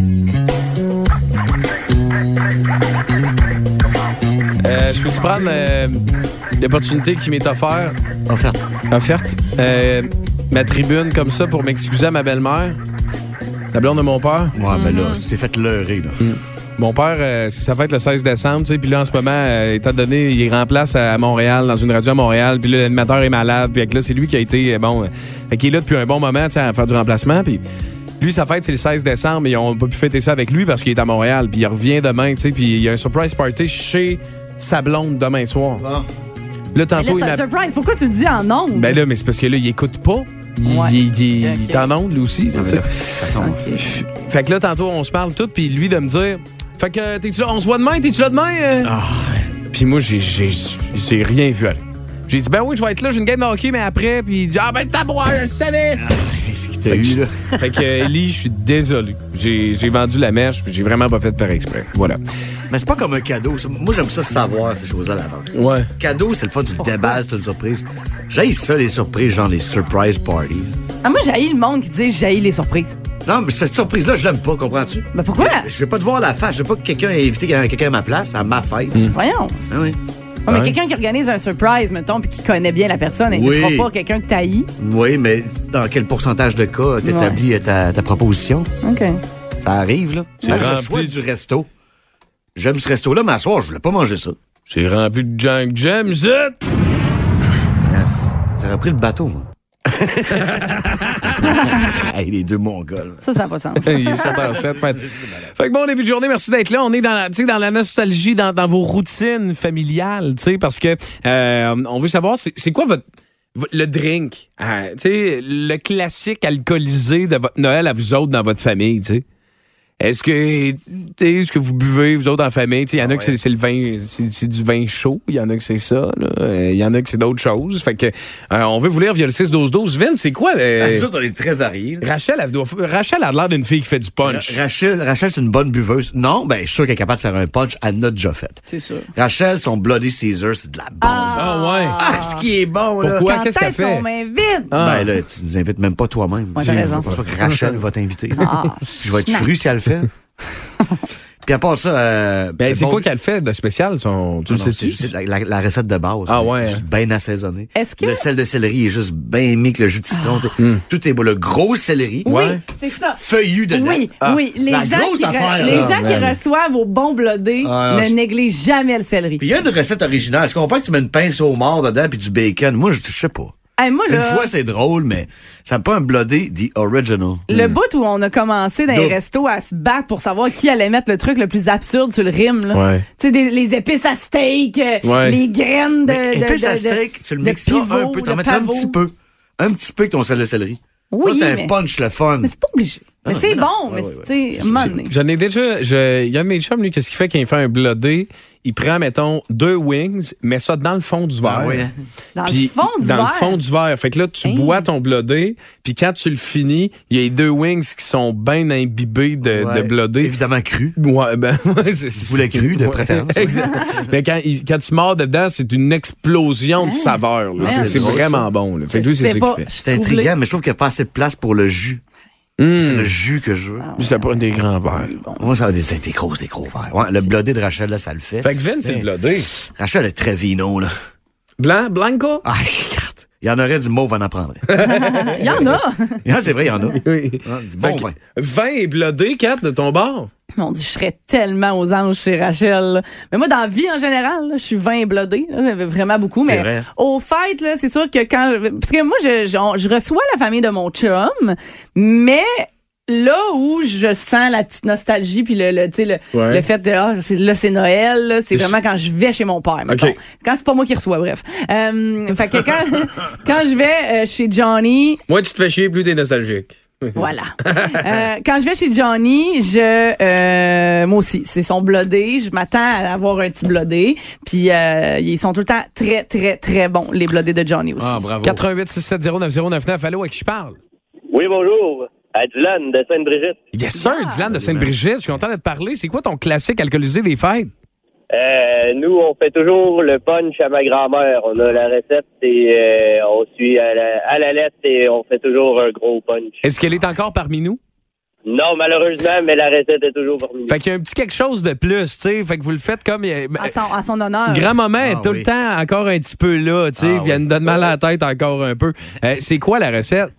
Euh, je peux-tu prendre euh, l'opportunité qui m'est offerte? Offerte. Offerte. Euh, ma tribune comme ça pour m'excuser à ma belle-mère. La blonde de mon père. Ouais, ben là, tu t'es fait leurrer, là. Mon père, euh, c'est sa fête le seize décembre, tu sais, puis là, en ce moment, euh, étant donné, il remplace à Montréal, dans une radio à Montréal, puis là, l'animateur est malade, puis là, c'est lui qui a été, euh, bon, euh, fait qu'il est là depuis un bon moment, tu sais, à faire du remplacement, puis lui, sa fête, c'est le seize décembre, mais on n'a pas pu fêter ça avec lui parce qu'il est à Montréal, puis il revient demain, tu sais, puis il y a un surprise party chez sa blonde demain soir. Bon. Là, tantôt, Mais il là, c'est un m'a... surprise. Pourquoi tu le dis en ondes? Ben là, mais c'est parce que là, il écoute pas. Il, Ouais. il, il- il Ok. est en onde, lui aussi. Ah, tu sais. ben là, de toute façon, F- Fait que là, tantôt, on se parle tout, puis lui de me dire, fait que, euh, t'es-tu là, on se voit demain, t'es-tu là demain? euh? Ah. Puis moi, j'ai, j'ai, j'ai rien vu aller. J'ai dit, ben oui, je vais être là, j'ai une game de hockey, mais après, puis il dit, ah ben t'as boire, je le savais! qu'est-ce qu'il t'a Fait que, eu, là? fait que, euh, Ellie, je suis désolé. J'ai, j'ai vendu la mèche, puis j'ai vraiment pas fait de faire exprès. Voilà. Mais c'est pas comme un cadeau. ça. Moi, j'aime ça savoir ces choses-là à l'avance. Ouais. Cadeau, c'est le fun, tu le déballes, c'est une surprise. J'haïs ça, les surprises, genre les surprise parties. Ah, moi, j'haïs le monde qui dit j'haïs les surprises. Non, mais cette surprise-là, je l'aime pas, comprends-tu? Ben pourquoi? Je vais pas te voir la face. Je veux pas que quelqu'un ait invité quelqu'un à ma place, à ma fête. Voyons. Ah oui. Ah, mais Ouais. quelqu'un qui organise un surprise, mettons, puis qui connaît bien la personne, il ne Oui. fera pas quelqu'un que t'haïs. Oui, mais dans quel pourcentage de cas t'établis ta, ta proposition? OK. Ça arrive, là. C'est Moi, rempli. je choisis du resto. J'aime ce resto-là, mais à soir, je voulais pas manger ça. J'ai rempli de junk jam, zut! Yes. Ça aurait pris le bateau, moi. Hey, les deux mongols. Ça, ça n'a pas de sens. Il est sept heures zéro sept. Fait, fait que bon début de journée, merci d'être là. On est dans la, tu sais, dans la nostalgie, dans, dans vos routines familiales, tu sais, parce que euh, on veut savoir, c'est, c'est quoi votre, votre- le drink, euh, tu sais, le classique alcoolisé de votre Noël à vous autres dans votre famille, tu sais. Est-ce que, t'sais, ce que vous buvez, vous autres en famille, il y en a que c'est, c'est le vin, c'est, c'est du vin chaud, il y en a que c'est ça, il y en a que c'est d'autres choses. Fait que, euh, on veut vous lire via le six douze douze. Vin, c'est quoi? Euh, Ah, ça, on est très variés. là. Rachel, elle doit- Rachel a l'air d'une fille qui fait du punch. Ra- Rachel, Rachel, c'est une bonne buveuse. Non, ben, je suis sûr qu'elle est capable de faire un punch. Elle l'a déjà fait. C'est sûr. Rachel, son Bloody Caesar, c'est de la bombe. Ah ouais. Ah, ce qui est bon, là. Pourquoi? Quand Qu'est-ce qu'elle est-ce fait? qu'on m'invite? Ah. Ben là, tu nous invites même pas toi-même. Ouais, t'as Je raison. pense pas que Rachel va t'inviter. Ah. Je vais être fru si elle le fait. Puis à part ça... Euh, Ben, c'est bon- quoi qu'elle fait de spécial? Son, tu Non, le non, sais-tu? c'est juste la, la- la recette de base. Ah mais ouais. Juste bien assaisonné. Est-ce que- Le sel de céleri est juste bien mis que le jus de citron. tu sais. Tout est beau. Le gros céleri. Oui, Ouais. c'est ça. Feuillu dedans. Oui, Ah. oui. Les La gens, grosse qui, re- affaire, les là, gens qui man. reçoivent au bon blodé Ah, ne je- négligent jamais le céleri. Puis il y a une recette originale. Je comprends que tu mets une pince au mort dedans puis du bacon. Moi, je je sais pas. Hey, moi, Une là, fois, c'est drôle, mais ça me pas un bloodé the original. le bout où on a commencé dans les Double. restos à se battre pour savoir qui allait mettre le truc le plus absurde sur le rime, là. Ouais. Tu sais, des- les épices à steak, euh, Ouais. les graines de. Mais de- épice de- à de- steak, tu le de mixeras un pivot, peu. T'en de mettras un pavot. petit peu. Un petit peu avec ton sel de céleri. Oui, ça, c'est mais- un punch le fun. Mais c'est pas obligé. Mais non, c'est mais bon, non. mais Ouais, ouais, tu sais, à un moment donné. J'en ai déjà. je- Il y a un de mes chums, lui, qu'est-ce qu'il fait quand il fait un blodé? Il prend, mettons, deux wings, met ça dans le fond du verre. Ah oui, hein? Dans le Puis, fond du dans verre. le fond du verre. Fait que là, tu Hein? bois ton blodé, puis quand tu le finis, il y a les deux wings qui sont bien imbibés de, Ouais. de blodé. Évidemment cru. Ouais, ben, ouais, c'est Vous voulez cru, de ouais. préférence. Exact. Mais quand, il- quand tu mords dedans, c'est une explosion de saveur. là. Ouais, C'est, c'est c'est drôle, vraiment ça. bon. Là. Fait que Je lui, c'est sais ça pas, qu'il fait. je C'est trouve intriguant, les- mais je trouve qu'il n'y a pas assez de place pour le jus. Hum. C'est le jus que je veux. C'est pas des grands verres. Moi, ça a des, c'est des gros, des gros verres. Ouais, le blodé de Rachel, là, ça le fait. Fait que Vin, c'est Mais- le blodé. Rachel est très vino, là. Blanc, Blanco? Ah, regarde. Il y en aurait du mauve, on en prendrait. Il y en a. Ah, c'est vrai, il y en a. Oui. Ah, du bon Fait que vin. vin et blodé, Kat, de ton bord? Mon Dieu, je serais tellement aux anges chez Rachel. là. Mais moi, dans la vie en général, là, je suis vin et blodé, là, vraiment beaucoup. C'est Mais vrai. au fait, là, c'est sûr que quand... Parce que moi, je, je, on- je reçois la famille de mon chum, mais... Là où je sens la petite nostalgie puis le, le, tu sais, le, Ouais. le fait de ah, c'est, là c'est Noël, là, c'est C'est- vraiment quand je vais chez mon père. mettons. OK. Quand c'est pas moi qui reçois, bref. Euh, fait que quand, quand je vais euh, chez Johnny, Moi, tu te fais chier, plus t'es nostalgique. voilà. Euh, quand je vais chez Johnny, je euh, moi aussi, c'est son blodé. Je m'attends à avoir un petit blodé. Puis euh, ils sont tout le temps très, très, très bons, les blodés de Johnny aussi. Ah, bravo. quatre un huit six sept zéro neuf zéro neuf neuf. Allô, à qui je parle? Oui, bonjour. À Dylan de Sainte-Brigitte. Yes, sir, Dylan de Sainte-Brigitte. Je suis content de te parler. C'est quoi ton classique alcoolisé des fêtes? Euh, nous, on fait toujours le punch à ma grand-mère. On a la recette et euh, on suit à la, à la lettre et on fait toujours un gros punch. Est-ce qu'elle est encore parmi nous? Non, malheureusement, mais la recette est toujours parmi nous. Fait qu'il y a un petit quelque chose de plus, tu sais. Fait que vous le faites comme. euh, À son, à son honneur. Grand-maman est Ah, tout oui. le temps encore un petit peu là, tu sais. Ah, puis elle oui. nous donne mal à la tête encore un peu. Euh, c'est quoi la recette?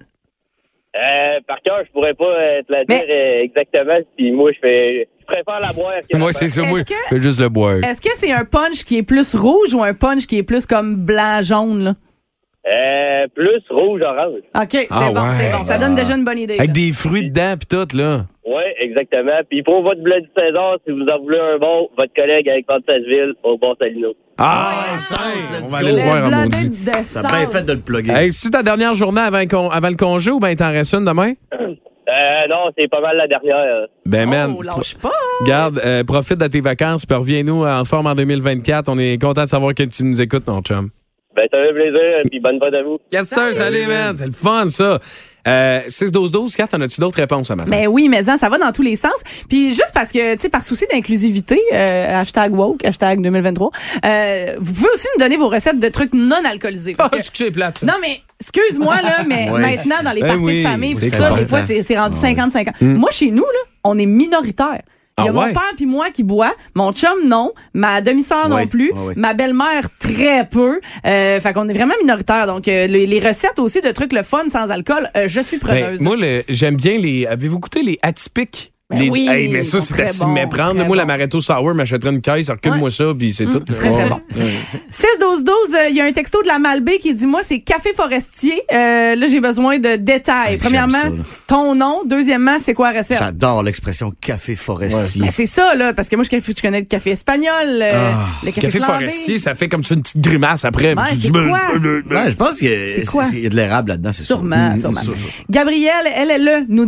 Euh, par cœur, je pourrais pas euh, te la Mais- dire euh, exactement. Puis moi, je fais, je préfère la boire. que la Moi, faire. c'est ça. Moi, Est-ce que- je veux juste le boire. Est-ce que c'est un punch qui est plus rouge ou un punch qui est plus comme blanc-jaune, là? Euh, plus rouge-orange. OK, c'est Ah, bon, ouais. c'est bon. Ça donne déjà une bonne idée. Avec là. des fruits dedans, puis tout, là. Oui, exactement. Puis pour votre bled du César, si vous en voulez un bon, votre collègue avec Sasville au Bon Salino. Ah, Ouais, ça, let's on va go. aller le voir en blodé maudit. de T'as bien sauce. fait de le plugger. Hey, c'est ta dernière journée avant, le con- avant le congé ou ben t'en restes une demain? Euh, non, c'est pas mal la dernière. Ben, man. Oh, lâche pas. Garde, euh, profite de tes vacances, puis reviens-nous en forme en deux mille vingt-quatre. On est content de savoir que tu nous écoutes, mon chum. Ben, ça fait plaisir, puis bonne fête à vous. Yes, sir, salut, man. C'est le fun, ça. Euh, six douze douze, Kat, en as-tu d'autres réponses à matin? Ben oui, mais ça, ça va dans tous les sens. Puis juste parce que, tu sais, par souci d'inclusivité, euh, hashtag woke, hashtag deux mille vingt-trois, euh, vous pouvez aussi nous donner vos recettes de trucs non alcoolisés. Ah, Parce que- c'est plate. ça. non, mais excuse-moi, là, mais Ouais. maintenant, dans les Ben parties oui, de famille, c'est pis ça, des important. fois, c'est c'est rendu cinquante cinquante. Moi, chez nous, là, on est minoritaire. Il y a Ah mon ouais? père puis moi qui boit, mon chum non, ma demi-sœur Ouais, non plus, ouais, ouais. ma belle-mère très peu. Euh, fait qu'on est vraiment minoritaire. Donc euh, les, les recettes aussi de trucs le fun sans alcool, euh, je suis Ben, preneuse. moi, le- j'aime bien les. Avez-vous goûté les atypiques? Ben Les- oui, Hey, mais ça, ils sont c'est à très s'y bons, méprendre. très Moi, la bons. Maretto Sour, m'achèterais une caisse, recule-moi ça, puis c'est tout. très, très bon. six douze douze, il y a un texto de la Malbaie qui dit moi c'est café forestier. Euh, là j'ai besoin de détails. Hey, Premièrement, j'aime ça, là. ton nom. Deuxièmement, c'est quoi la recette? J'adore l'expression café forestier. Ben, c'est ça là, parce que moi je, je connais le café espagnol, euh, Ah. le café, Café flambé. forestier, ça fait comme tu fais une petite grimace après. puis Ouais, tu dis, c'est ben, quoi? ben, ben, ben. Ouais, je pense qu'il y a, C'est quoi? c'est- il y a de l'érable là-dedans, c'est sûr. Sûrement, Mm, sûrement. sûr, sûr, sûr. Gabrielle, elle, elle, elle, nous dit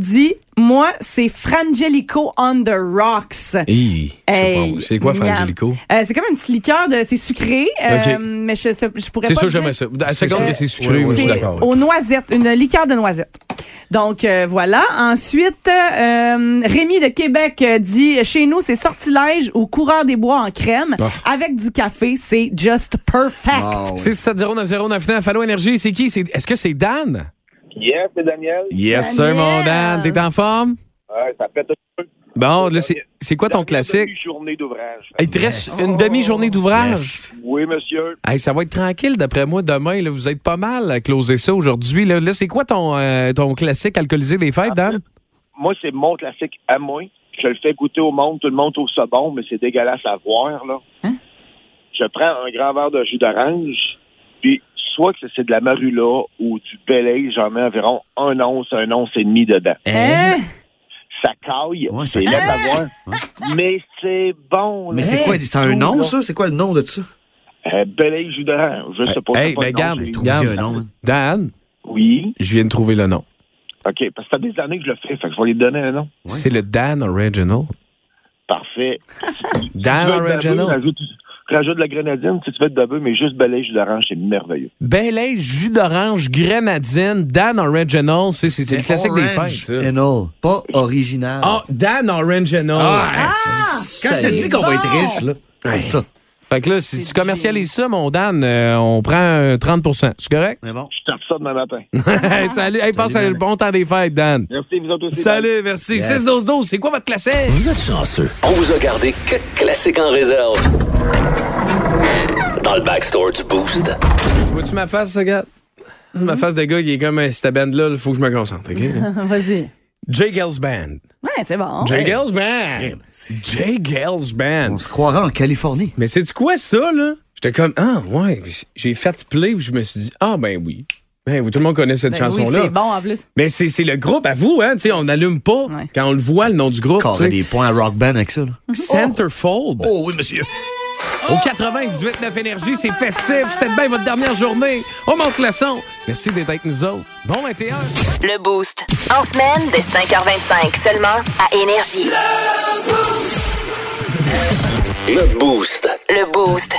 Moi, c'est Frangelico on the Rocks. Hey, Hey, c'est quoi, miam. Frangelico? Euh, c'est comme une petite liqueur de. C'est sucré, euh, Ok. mais je, je pourrais C'est pas. sûr, dire- j'aimais ça. À la seconde ça. que c'est sucré, Oui, moi, je suis C'est d'accord. oui. aux noisettes, une liqueur de noisettes. Donc euh, voilà. Ensuite, euh, Rémi de Québec euh, dit chez nous c'est sortilège ou coureur des bois en crème Ah. avec du café, c'est just perfect. Ah, oui. six sept zéro neuf zéro neuf neuf. Allô, Énergie, c'est qui? C'est- Est-ce que c'est Dan? Yes, c'est Daniel. Yes, Daniel. sir, mon Dan. T'es en forme? Ouais, ça fait un peu. Bon, là, c'est c'est quoi ton classique? Une journée d'ouvrage. Il te reste une demi-journée d'ouvrage? Yes. Oui, monsieur. Hey, ça va être tranquille, d'après moi, demain. Là, vous êtes pas mal à closer ça aujourd'hui. Là, Là, c'est quoi ton, euh, ton classique alcoolisé des fêtes, Dan? Moi, c'est mon classique à moi. Je le fais goûter au monde. Tout le monde trouve ça bon, mais c'est dégueulasse à voir, là. Hein? Je prends un grand verre de jus d'orange, puis soit que c'est de la marula ou du Baileys, j'en mets environ un once, un once et demi dedans. Hein? Ça caille, Ouais, ça c'est laid caille. à voir, mais c'est bon. Mais là. c'est quoi? C'est un nom, ça? C'est quoi le nom de ça? Euh, Baileys jus d'orange. Je sais pas. Hey, c'est pas ben, le nom, garde, c'est- Trouve-y Regarde. un nom. hein. Dan, Oui. je viens de trouver le nom. OK, parce que ça fait des années que je le fais, fait que je vais lui donner un nom. C'est le Dan Original. Parfait. Dan Tu veux être Original. dabeux, rajoute, rajoute de la grenadine. Si tu veux être dabeux, mais juste Baileys jus d'orange, c'est merveilleux. Baileys, jus d'orange, grenadine, Dan Original. C'est c'est- c'est le classique des fêtes, Orange ça. and all. Pas original. Ah, Dan Original. Ah, c'est- Quand je te dis qu'on va être riche, là, c'est ça. Fait que là, si tu commercialises ça, mon Dan, euh, on prend un trente pour cent. C'est correct? Mais bon. Je tape ça demain matin. Hey, salut. Hey, passe Salut, un Dan. bon temps des fêtes, Dan. Merci, vous autres aussi. Salut, merci. Yes. six douze douze, c'est quoi votre classique? Vous êtes chanceux. On vous a gardé que classique en réserve. Dans le backstore du Boost. Tu vois-tu ma face, ce gars? Ma face de gars, il est comme euh, cette bande-là, il faut que je me concentre, OK? Vas-y. Jay Gales Band. Ouais, c'est bon. Jay Gales Band. Jay Gales Band. On se croirait en Californie. Mais c'est quoi ça, là? J'étais comme, ah, ouais. J'ai fait play, puis je me suis dit, ah, ben oui. Ben oui, tout le monde connaît cette Ben oui, chanson-là. c'est bon en plus. Mais c'est c'est le groupe, à vous, hein? Tu sais, on n'allume pas Ouais. quand on le voit, le nom du groupe. tu Carré sais. des points à Rock Band avec ça. Là. Centerfold. Oh oui, monsieur. Au quatre-vingt-dix-huit neuf Énergie, c'est festif. C'était bien votre dernière journée. On monte le son. Merci d'être avec nous autres. Bon vingt et un. Le Boost. En semaine, dès cinq heures vingt-cinq, seulement à Énergie. Le Boost. Le Boost.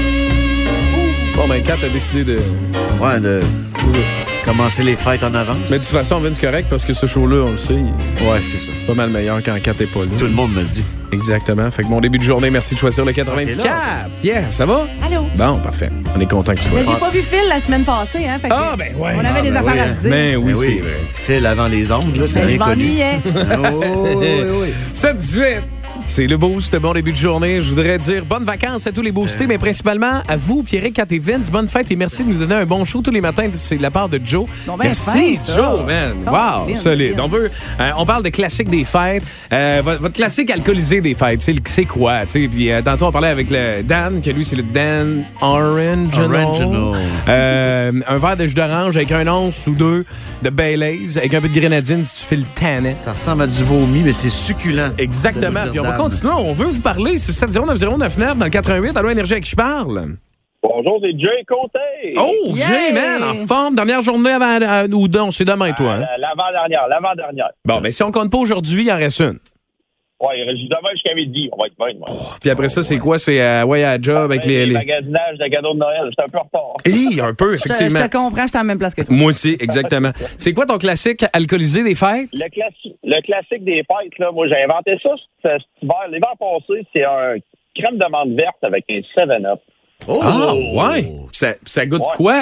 Bon, ben, Kat a décidé de. Ouais, de commencer les fêtes en avance. Mais de toute façon, Vince, c'est correct parce que ce show-là, on le sait, il est Ouais, c'est ça. pas mal meilleur quand Kat n'est pas là. Tout le monde me le dit. Exactement. Fait que mon début de journée, merci de choisir le quatre-vingt-quatre. Yeah, ça va? Allô? Bon, parfait. On est content que tu sois Mais là. j'ai pas vu Phil la semaine passée, hein. Fait que Ah, ben ouais. on avait Ah, des ben affaires oui, à se dire. Ben oui, Ben c'est vrai. Fil avant les ondes, là, c'est Ben, je bien connu. m'ennuyais. Oh, oui, oui. sept dix-huit. C'est le boost, bon début de journée. Je voudrais dire bonnes vacances à tous les boostés, mais principalement à vous, Pierrick, Kat et Vince. Bonne fête et merci de nous donner un bon show tous les matins. C'est de la part de Joe. Bon, ben, merci, fin, ça. Joe, man. Oh, Wow, bien, solide. bien. On, veut, euh, on parle de classique des fêtes. Euh, votre, votre classique alcoolisé des fêtes, c'est, le- c'est quoi? T'sais? Puis euh, tantôt, on parlait avec le Dan, que lui, c'est le Dan Original. Original. Euh, un verre de jus d'orange avec un once ou deux de Baileys, avec un peu de grenadine si tu fais le tannin. Ça ressemble à du vomi, mais c'est succulent. Exactement. Ça veut Puis on dire va Dan. continuer. On veut vous parler. C'est sept zéro neuf zéro neuf neuf dans le quatre-vingt-huit. Allô, Énergie, avec qui je parle? Bonjour, c'est Jay Comté. Oh, Yeah! Jay, man, en forme. Dernière journée avant. euh, ou non, c'est demain, toi. Hein? Euh, L'avant-dernière, l'avant-dernière. Bon, mais si on compte pas aujourd'hui, il en reste une. Ouais, il reste demain jusqu'à midi. On va être bien. moi. Puis après ça, c'est quoi? C'est euh, ouais, à job avec les. Les les... magasinages de cadeaux de Noël, j'étais un peu en retard. Hi, un peu, Je te, je effectivement. te comprends, je suis à la même place que toi. Moi aussi, exactement. C'est quoi ton classique alcoolisé des fêtes? Le, classi- le classique des fêtes, là, moi, j'ai inventé ça cet cet hiver. L'hiver passé, c'est un crème de menthe verte avec un seven up. Oh! Ah, ouais. Ça, ça goûte Ouais. quoi?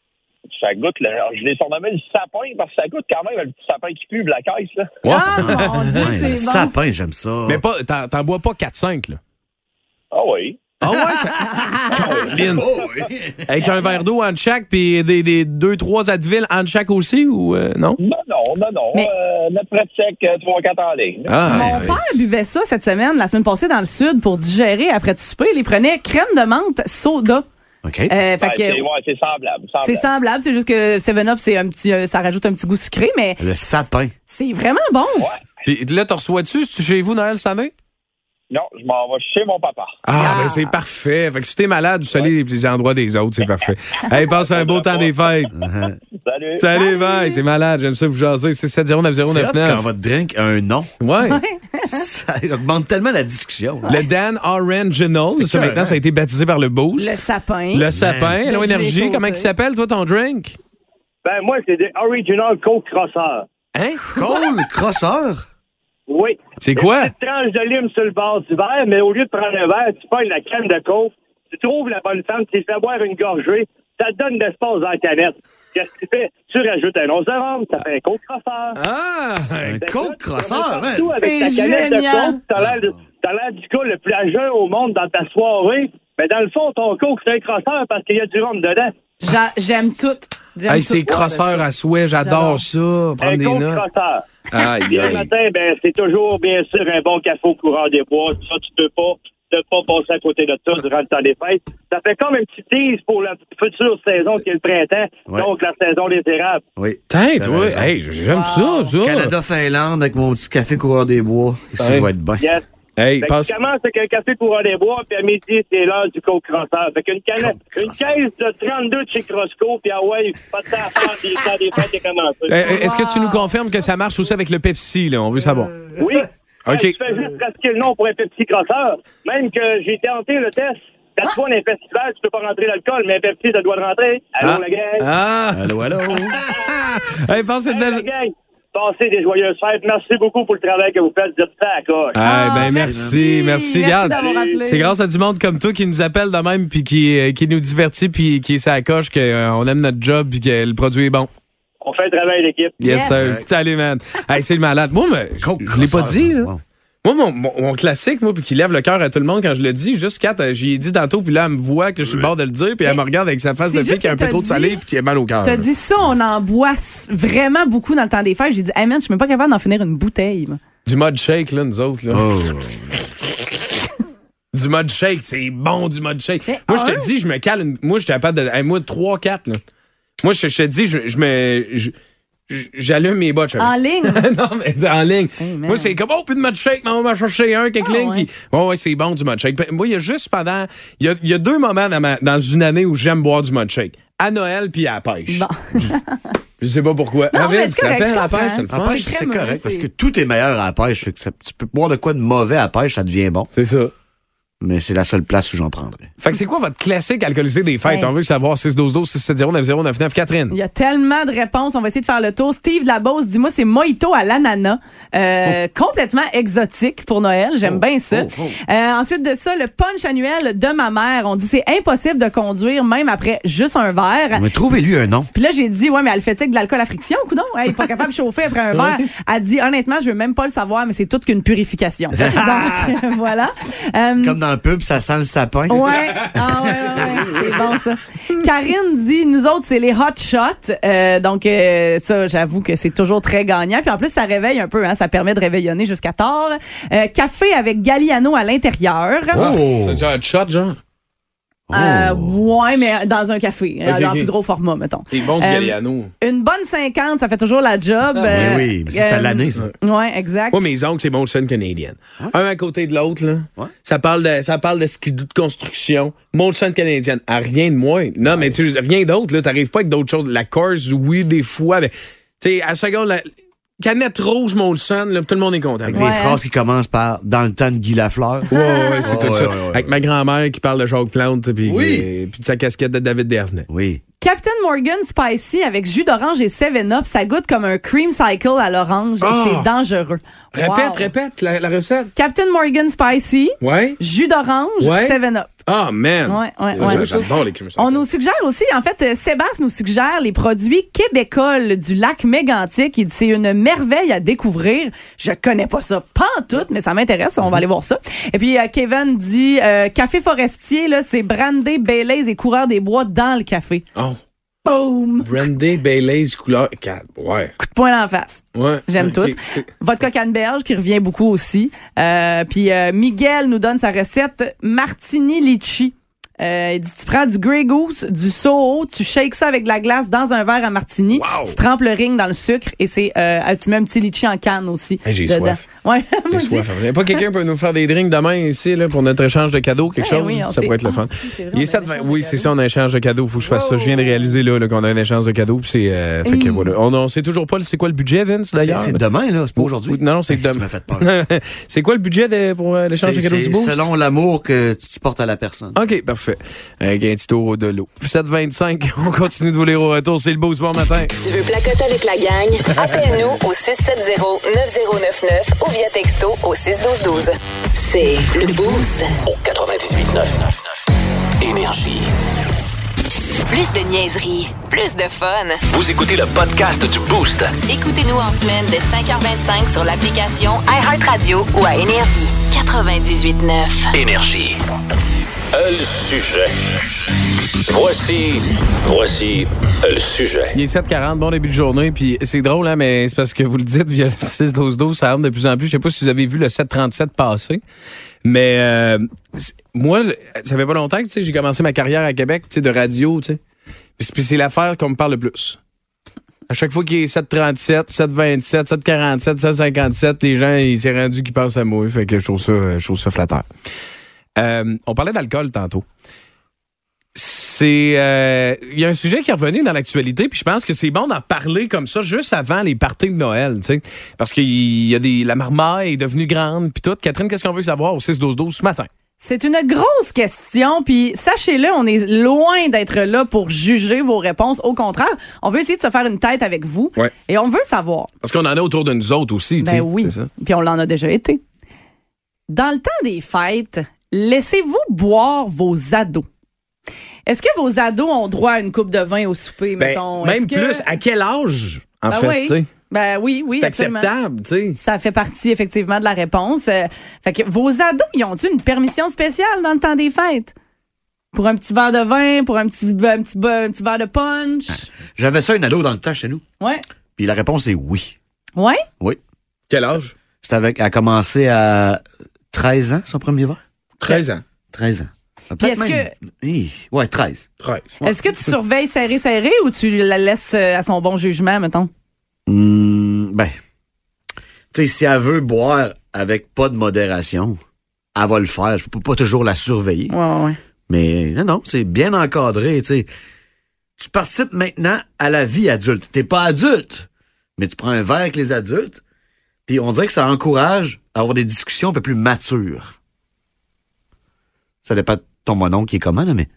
Ça goûte, le, je l'ai surnommé le sapin parce que ça goûte quand même le petit sapin qui pue de la caisse. Là. Ouais. Ah, mon Dieu, Ouais, le c'est bon. sapin, j'aime ça. Mais pas, t'en, t'en bois pas quatre cinq, là. Ah oui. Ah ouais, ça. Caroline. Avec un verre d'eau en chaque, puis des, des deux, trois Advil en chaque aussi, ou euh, non? Non, non, non, non. Mais- Euh, notre prêt sec, euh, trois quatre en ligne. Ah, Mon ouais, père c'est- buvait ça cette semaine, la semaine passée, dans le sud, pour digérer après du souper. Il prenait crème de menthe, soda. OK. Euh, fait Ouais, que c'est, ouais, c'est semblable. semblable. c'est semblable, c'est juste que seven up, c'est un petit, euh, ça rajoute un petit goût sucré, mais Le sapin. c'est vraiment bon. Puis là, t'en reçois-tu? C'est-tu chez vous, Noël, cette année? Non, je m'en vais chez mon papa. Ah, ben c'est parfait. Fait que si t'es malade, tu salis les endroits des autres, c'est parfait. Hey, passe un beau temps des fêtes. Salut. Salut, bye. C'est malade, j'aime ça vous jaser. C'est sept zéro neuf zéro neuf neuf. Quand votre drink a un nom, Ouais. ça augmente tellement la discussion. Le Dan Original, C'est ça clair, maintenant, hein? ça a été baptisé par le Boost. Le sapin. Le sapin, Man. Hello De Énergie, Jay comment Côté. il s'appelle, toi, ton drink? Ben, moi, c'est des Original Coke Crosseur. Hein? Cole, crosseur. Oui. C'est quoi? Une petite tranche de lime sur le bord du verre, mais au lieu de prendre un verre, tu pognes la canne de coke, tu trouves la bonne femme, tu fais boire une gorgée, ça te donne de l'espace dans la canette. Qu'est-ce que tu fais? Tu rajoutes un once de rhum, ça fait un Coke Crosseur. Ah! Un Coke crosseur, hein? Tout avec ta C'est canette génial. de coke, t'as l'air, de- t'as l'air du gars le plus âgeux au monde dans ta soirée. Mais dans le fond, ton coke, c'est un crosseur parce qu'il y a du rhum dedans. J'a- J'aime tout. J'aime Hey, tout. c'est crosseur à souhait, j'adore J'adore. ça. Prendre Un des coke notes. crosseur. Aïe, Puis le aïe. matin, ben, c'est toujours, bien sûr, un bon café au courant des bois. Ça, tu peux pas, tu peux pas passer à côté de ça durant le temps des fêtes. Ça fait comme un petit tease pour la future saison qui est le printemps. Ouais. Donc, la saison des érables. Oui. Tête, T'as ouais. raison. Hey, j'aime Wow. ça, ça. Canada-Finlande avec mon petit café coureur des bois. Ça Ouais. va être bien. Yes. Hey, Fait passe. que tu commences avec un café courant des bois, puis à midi, c'est l'heure du coke crosseur. Fait qu'une canette, Coke une caisse de trente-deux de chez Crosco, puis ah ouais, pas de temps à faire, puis le temps des fêtes est commencé. Eh, Est-ce que tu nous confirmes que ça marche aussi avec le Pepsi, là? On veut savoir. Oui. OK. Hey, tu fais juste pratiquer le nom pour un petit crosseur. Même que j'ai tenté le test. Quand tu vas dans un festival, tu peux pas rentrer l'alcool, mais un Pepsi, ça doit de rentrer. Allô, Ah. la gang? Ah! Allô, allô? Hey, passe Hey, une la belle... gang! Passez des joyeuses fêtes. Merci beaucoup pour le travail que vous faites. Vous êtes ça à cause. Ah, ben Ah, merci, merci, merci regarde. d'avoir appelé. C'est grâce à du monde comme toi qui nous appelle de même puis qui, euh, qui nous divertit puis qui est sa coche qu'on aime notre job puis que le produit est bon. On fait un travail d'équipe. Yes, Yes. sir. Salut, man. Hey, c'est le malade. Moi, mais, je, Coke je l'ai pas crosseur, dit, là. wow. Moi, mon, mon, mon classique, moi, puis qui lève le cœur à tout le monde quand je le dis, juste Kat, euh, j'y ai dit tantôt, puis là, elle me voit que je suis le bord de le dire, puis elle me regarde avec sa face c'est de fille juste qui a un que peu t'as trop de dit- salé puis qui a mal au cœur. T'as dit ça, on en boit s- vraiment beaucoup dans le temps des fêtes. J'ai dit, hey man, je suis même pas capable d'en finir une bouteille. moi. Du mud shake, là, nous autres, là. Oh. Du mud shake, c'est bon, du mud shake. Mais Moi, je te un- dis, je me cale. une- Moi, je suis capable de. hey, moi, trois quatre, là. Moi, je, je te dis, je, je me. je- je- J'allume mes bottes. En ligne. non, mais en ligne. Hey, man. Moi, c'est comme, oh, puis de mud shake, mais on va chercher un, quelques Ah, lignes. ouais. Puis, ouais, ouais, c'est bon, du mud shake. Puis, moi, il y a juste pendant. Il y a, il y a deux moments dans, ma- dans une année où j'aime boire du mud shake. À Noël, puis à la pêche. Bon. Je sais pas pourquoi. Non, David, mais tu c'est te correct, rappelles je à la pêche, comprends. c'est le À fun. pêche, C'est c'est crémeux, correct parce c'est- que tout est meilleur à la pêche. Fait que ça- tu peux boire de quoi de mauvais à la pêche, ça devient bon. C'est ça. Mais c'est la seule place où j'en prendrais. Fait que c'est quoi votre classique alcoolisé des fêtes? Hey. On veut le savoir. six un deux six sept zéro neuf zéro neuf neuf. Catherine. Il y a tellement de réponses. On va essayer de faire le tour. Steve Labose, dis-moi, c'est mojito à l'ananas. Euh, Complètement exotique pour Noël. J'aime bien ça. oh, oh. Euh, ensuite de ça, le punch annuel de ma mère. On dit c'est impossible de conduire même après juste un verre. Mais trouvez-lui un nom. Puis là, j'ai dit, ouais, mais elle fait avec de l'alcool à friction, coudonc? Elle est pas capable de chauffer après un verre. Elle dit, honnêtement, je veux même pas le savoir, mais c'est toute qu'une purification. Donc, voilà. Euh, Comme dans le pub, ça sent le sapin. Ouais, ah ouais, ouais, ouais, c'est bon ça. Karine dit, nous autres, c'est les hot shots. Euh, donc, euh, ça, j'avoue que c'est toujours très gagnant. Puis en plus, ça réveille un peu, hein, ça permet de réveillonner jusqu'à tard. Euh, café avec Galliano à l'intérieur. Oh. C'est un shot, genre? Euh, ouais, mais dans un café, Ok, dans ok. plus gros format, mettons. C'est bon du Euh, Galliano. Une bonne cinquante, ça fait toujours la job. Oui, Euh, oui, mais c'est à euh, l'année, ça. Ouais, exact. Moi, mes oncles, c'est Molson Canadian. Un à côté de l'autre, là. Ouais. Ça parle de, ça parle de ski de construction. Molson Canadian. À rien de moins. Non, mais tu rien d'autre, là. T'arrives pas avec d'autres choses. La Coors, oui, des fois. Mais, tu sais, à la seconde, la canette rouge Molson, là, tout le monde est content. Avec Ouais, les Ouais, phrases qui commencent par dans le temps de Guy Lafleur. ouais, ouais, c'est Ouais, tout ça. ouais, ouais, ouais. Avec ma grand-mère qui parle de Jacques Plante, puis Oui. euh, puis de sa casquette de David Dernay. Oui. Captain Morgan Spicy avec jus d'orange et seven up, ça goûte comme un cream cycle à l'orange. Ah! C'est dangereux. Répète, Wow. répète la, la recette. Captain Morgan Spicy, Ouais. jus d'orange, Ouais. seven up. Ah, man. Ouais, ouais, Ça, ouais. ça, J'adore les cream On nous suggère aussi, en fait, euh, Sébastien nous suggère les produits québécoles du lac Mégantic. Il dit c'est une merveille à découvrir. Je connais pas ça pantoute, mais ça m'intéresse. On va aller voir ça. Et puis, euh, Kevin dit euh, café forestier, là, c'est brandé, Baileys et coureur des bois dans le café. Oh. Boom! Brandy, Baileys, couleur. quatre. Ouais. Coup de poing dans la face. Ouais. J'aime Ok, tout. c'est- Vodka canneberge qui revient beaucoup aussi. Euh, puis euh, Miguel nous donne sa recette martini litchi. Euh, il dit, tu prends du Grey Goose, du Soho, tu shakes ça avec de la glace dans un verre à martini, Wow. tu trempes le ring dans le sucre et c'est euh, tu mets un petit litchi en canne aussi. Hey, j'ai dedans. soif. Ouais, J'ai moi aussi. soif. Y a pas quelqu'un qui peut nous faire des drinks demain ici là, pour notre échange de cadeaux, quelque Ben chose? oui, on ça sait- pourrait être le fun. Ah, si, c'est vrai, Il est on a sept un vingt échange de Oui, c'est cadeaux. ça, on a un échange de cadeaux. Faut que je fasse ça. Je viens de réaliser là, là, qu'on a un échange de cadeaux. Puis c'est. Euh, fait que Hey. voilà. On, on sait toujours pas c'est quoi le budget, Vince, C'est, d'ailleurs. c'est demain, là. C'est pas aujourd'hui. Oui, non, non, c'est Tu demain. m'as fait peur. C'est quoi le budget de- pour euh, l'échange de C'est, cadeaux du c'est boost? selon l'amour que tu portes à la personne. OK, parfait. Avec un petit tour de l'eau. sept vingt-cinq, on continue de vous lire au retour. C'est le Boost. Bon matin. Tu veux placoter avec la gang? Appelle-nous au six sept zéro neuf zéro neuf neuf ou via texto au six douze douze. C'est le Boost. Au quatre-vingt-dix-huit neuf. Énergie. Plus de niaiserie, plus de fun. Vous écoutez le podcast du Boost. Écoutez-nous en semaine de cinq heures vingt-cinq sur l'application iHeartRadio ou à Énergie. quatre-vingt-dix-huit neuf. Énergie. Le sujet. Voici, voici le sujet. Il est sept quarante, bon début de journée, puis c'est drôle, hein, mais c'est parce que vous le dites via le six douze douze, ça rentre de plus en plus. Je sais pas si vous avez vu le sept trente-sept passer, mais euh, c'est- moi, ça fait pas longtemps que tu sais, j'ai commencé ma carrière à Québec, tu sais, de radio, tu sais. Puis puis c'est l'affaire qu'on me parle le plus. À chaque fois qu'il est sept trente-sept, sept vingt-sept, sept quarante-sept, sept cinquante-sept, les gens, ils s'est rendu qu'ils pensent à moi, fait que je trouve ça, je trouve ça flatteur. Euh, on parlait d'alcool tantôt. C'est euh, il y a un sujet qui est revenu dans l'actualité, puis je pense que c'est bon d'en parler comme ça juste avant les parties de Noël, tu sais, parce qu'il y a des la marmaille est devenue grande puis tout. Catherine, qu'est-ce qu'on veut savoir au six douze douze ce matin? C'est une grosse question, puis sachez-le, on est loin d'être là pour juger vos réponses. Au contraire, on veut essayer de se faire une tête avec vous, Ouais. et on veut savoir. Parce qu'on en a autour de nous autres aussi, tu sais. Ben oui, C'est ça. puis on l'en a déjà été. Dans le temps des fêtes, laissez-vous boire vos ados. Est-ce que vos ados ont droit à une coupe de vin au souper, Ben, mettons? même Est-ce que- plus, à quel âge, en Ben fait, oui. tu sais? Ben oui, oui, C'est absolument. acceptable, tu sais. Ça fait partie effectivement de la réponse. Euh, fait que vos ados, ils ont-tu une permission spéciale dans le temps des fêtes? Pour un petit verre de vin, pour un petit, un petit, un petit verre de punch? J'avais ça une ado dans le temps chez nous. Ouais. Puis la réponse est oui. Ouais? Oui. Quel âge? C'était avec, elle a commencé à treize ans, son premier verre. treize ans. treize ans. Puis est-ce même... Hi, ouais, treize. treize. Est-ce que tu surveilles serré, serré ou tu la laisses euh, à son bon jugement, mettons? Hum, ben, tu sais, si elle veut boire avec pas de modération, elle va le faire. Je peux pas toujours la surveiller. Ouais, ouais, ouais. Mais non, non, c'est bien encadré, tu sais. Tu participes maintenant à la vie adulte. T'es pas adulte, mais tu prends un verre avec les adultes, puis on dirait que ça encourage à avoir des discussions un peu plus matures. Ça dépend de ton mononcle qui est comment, là, mais...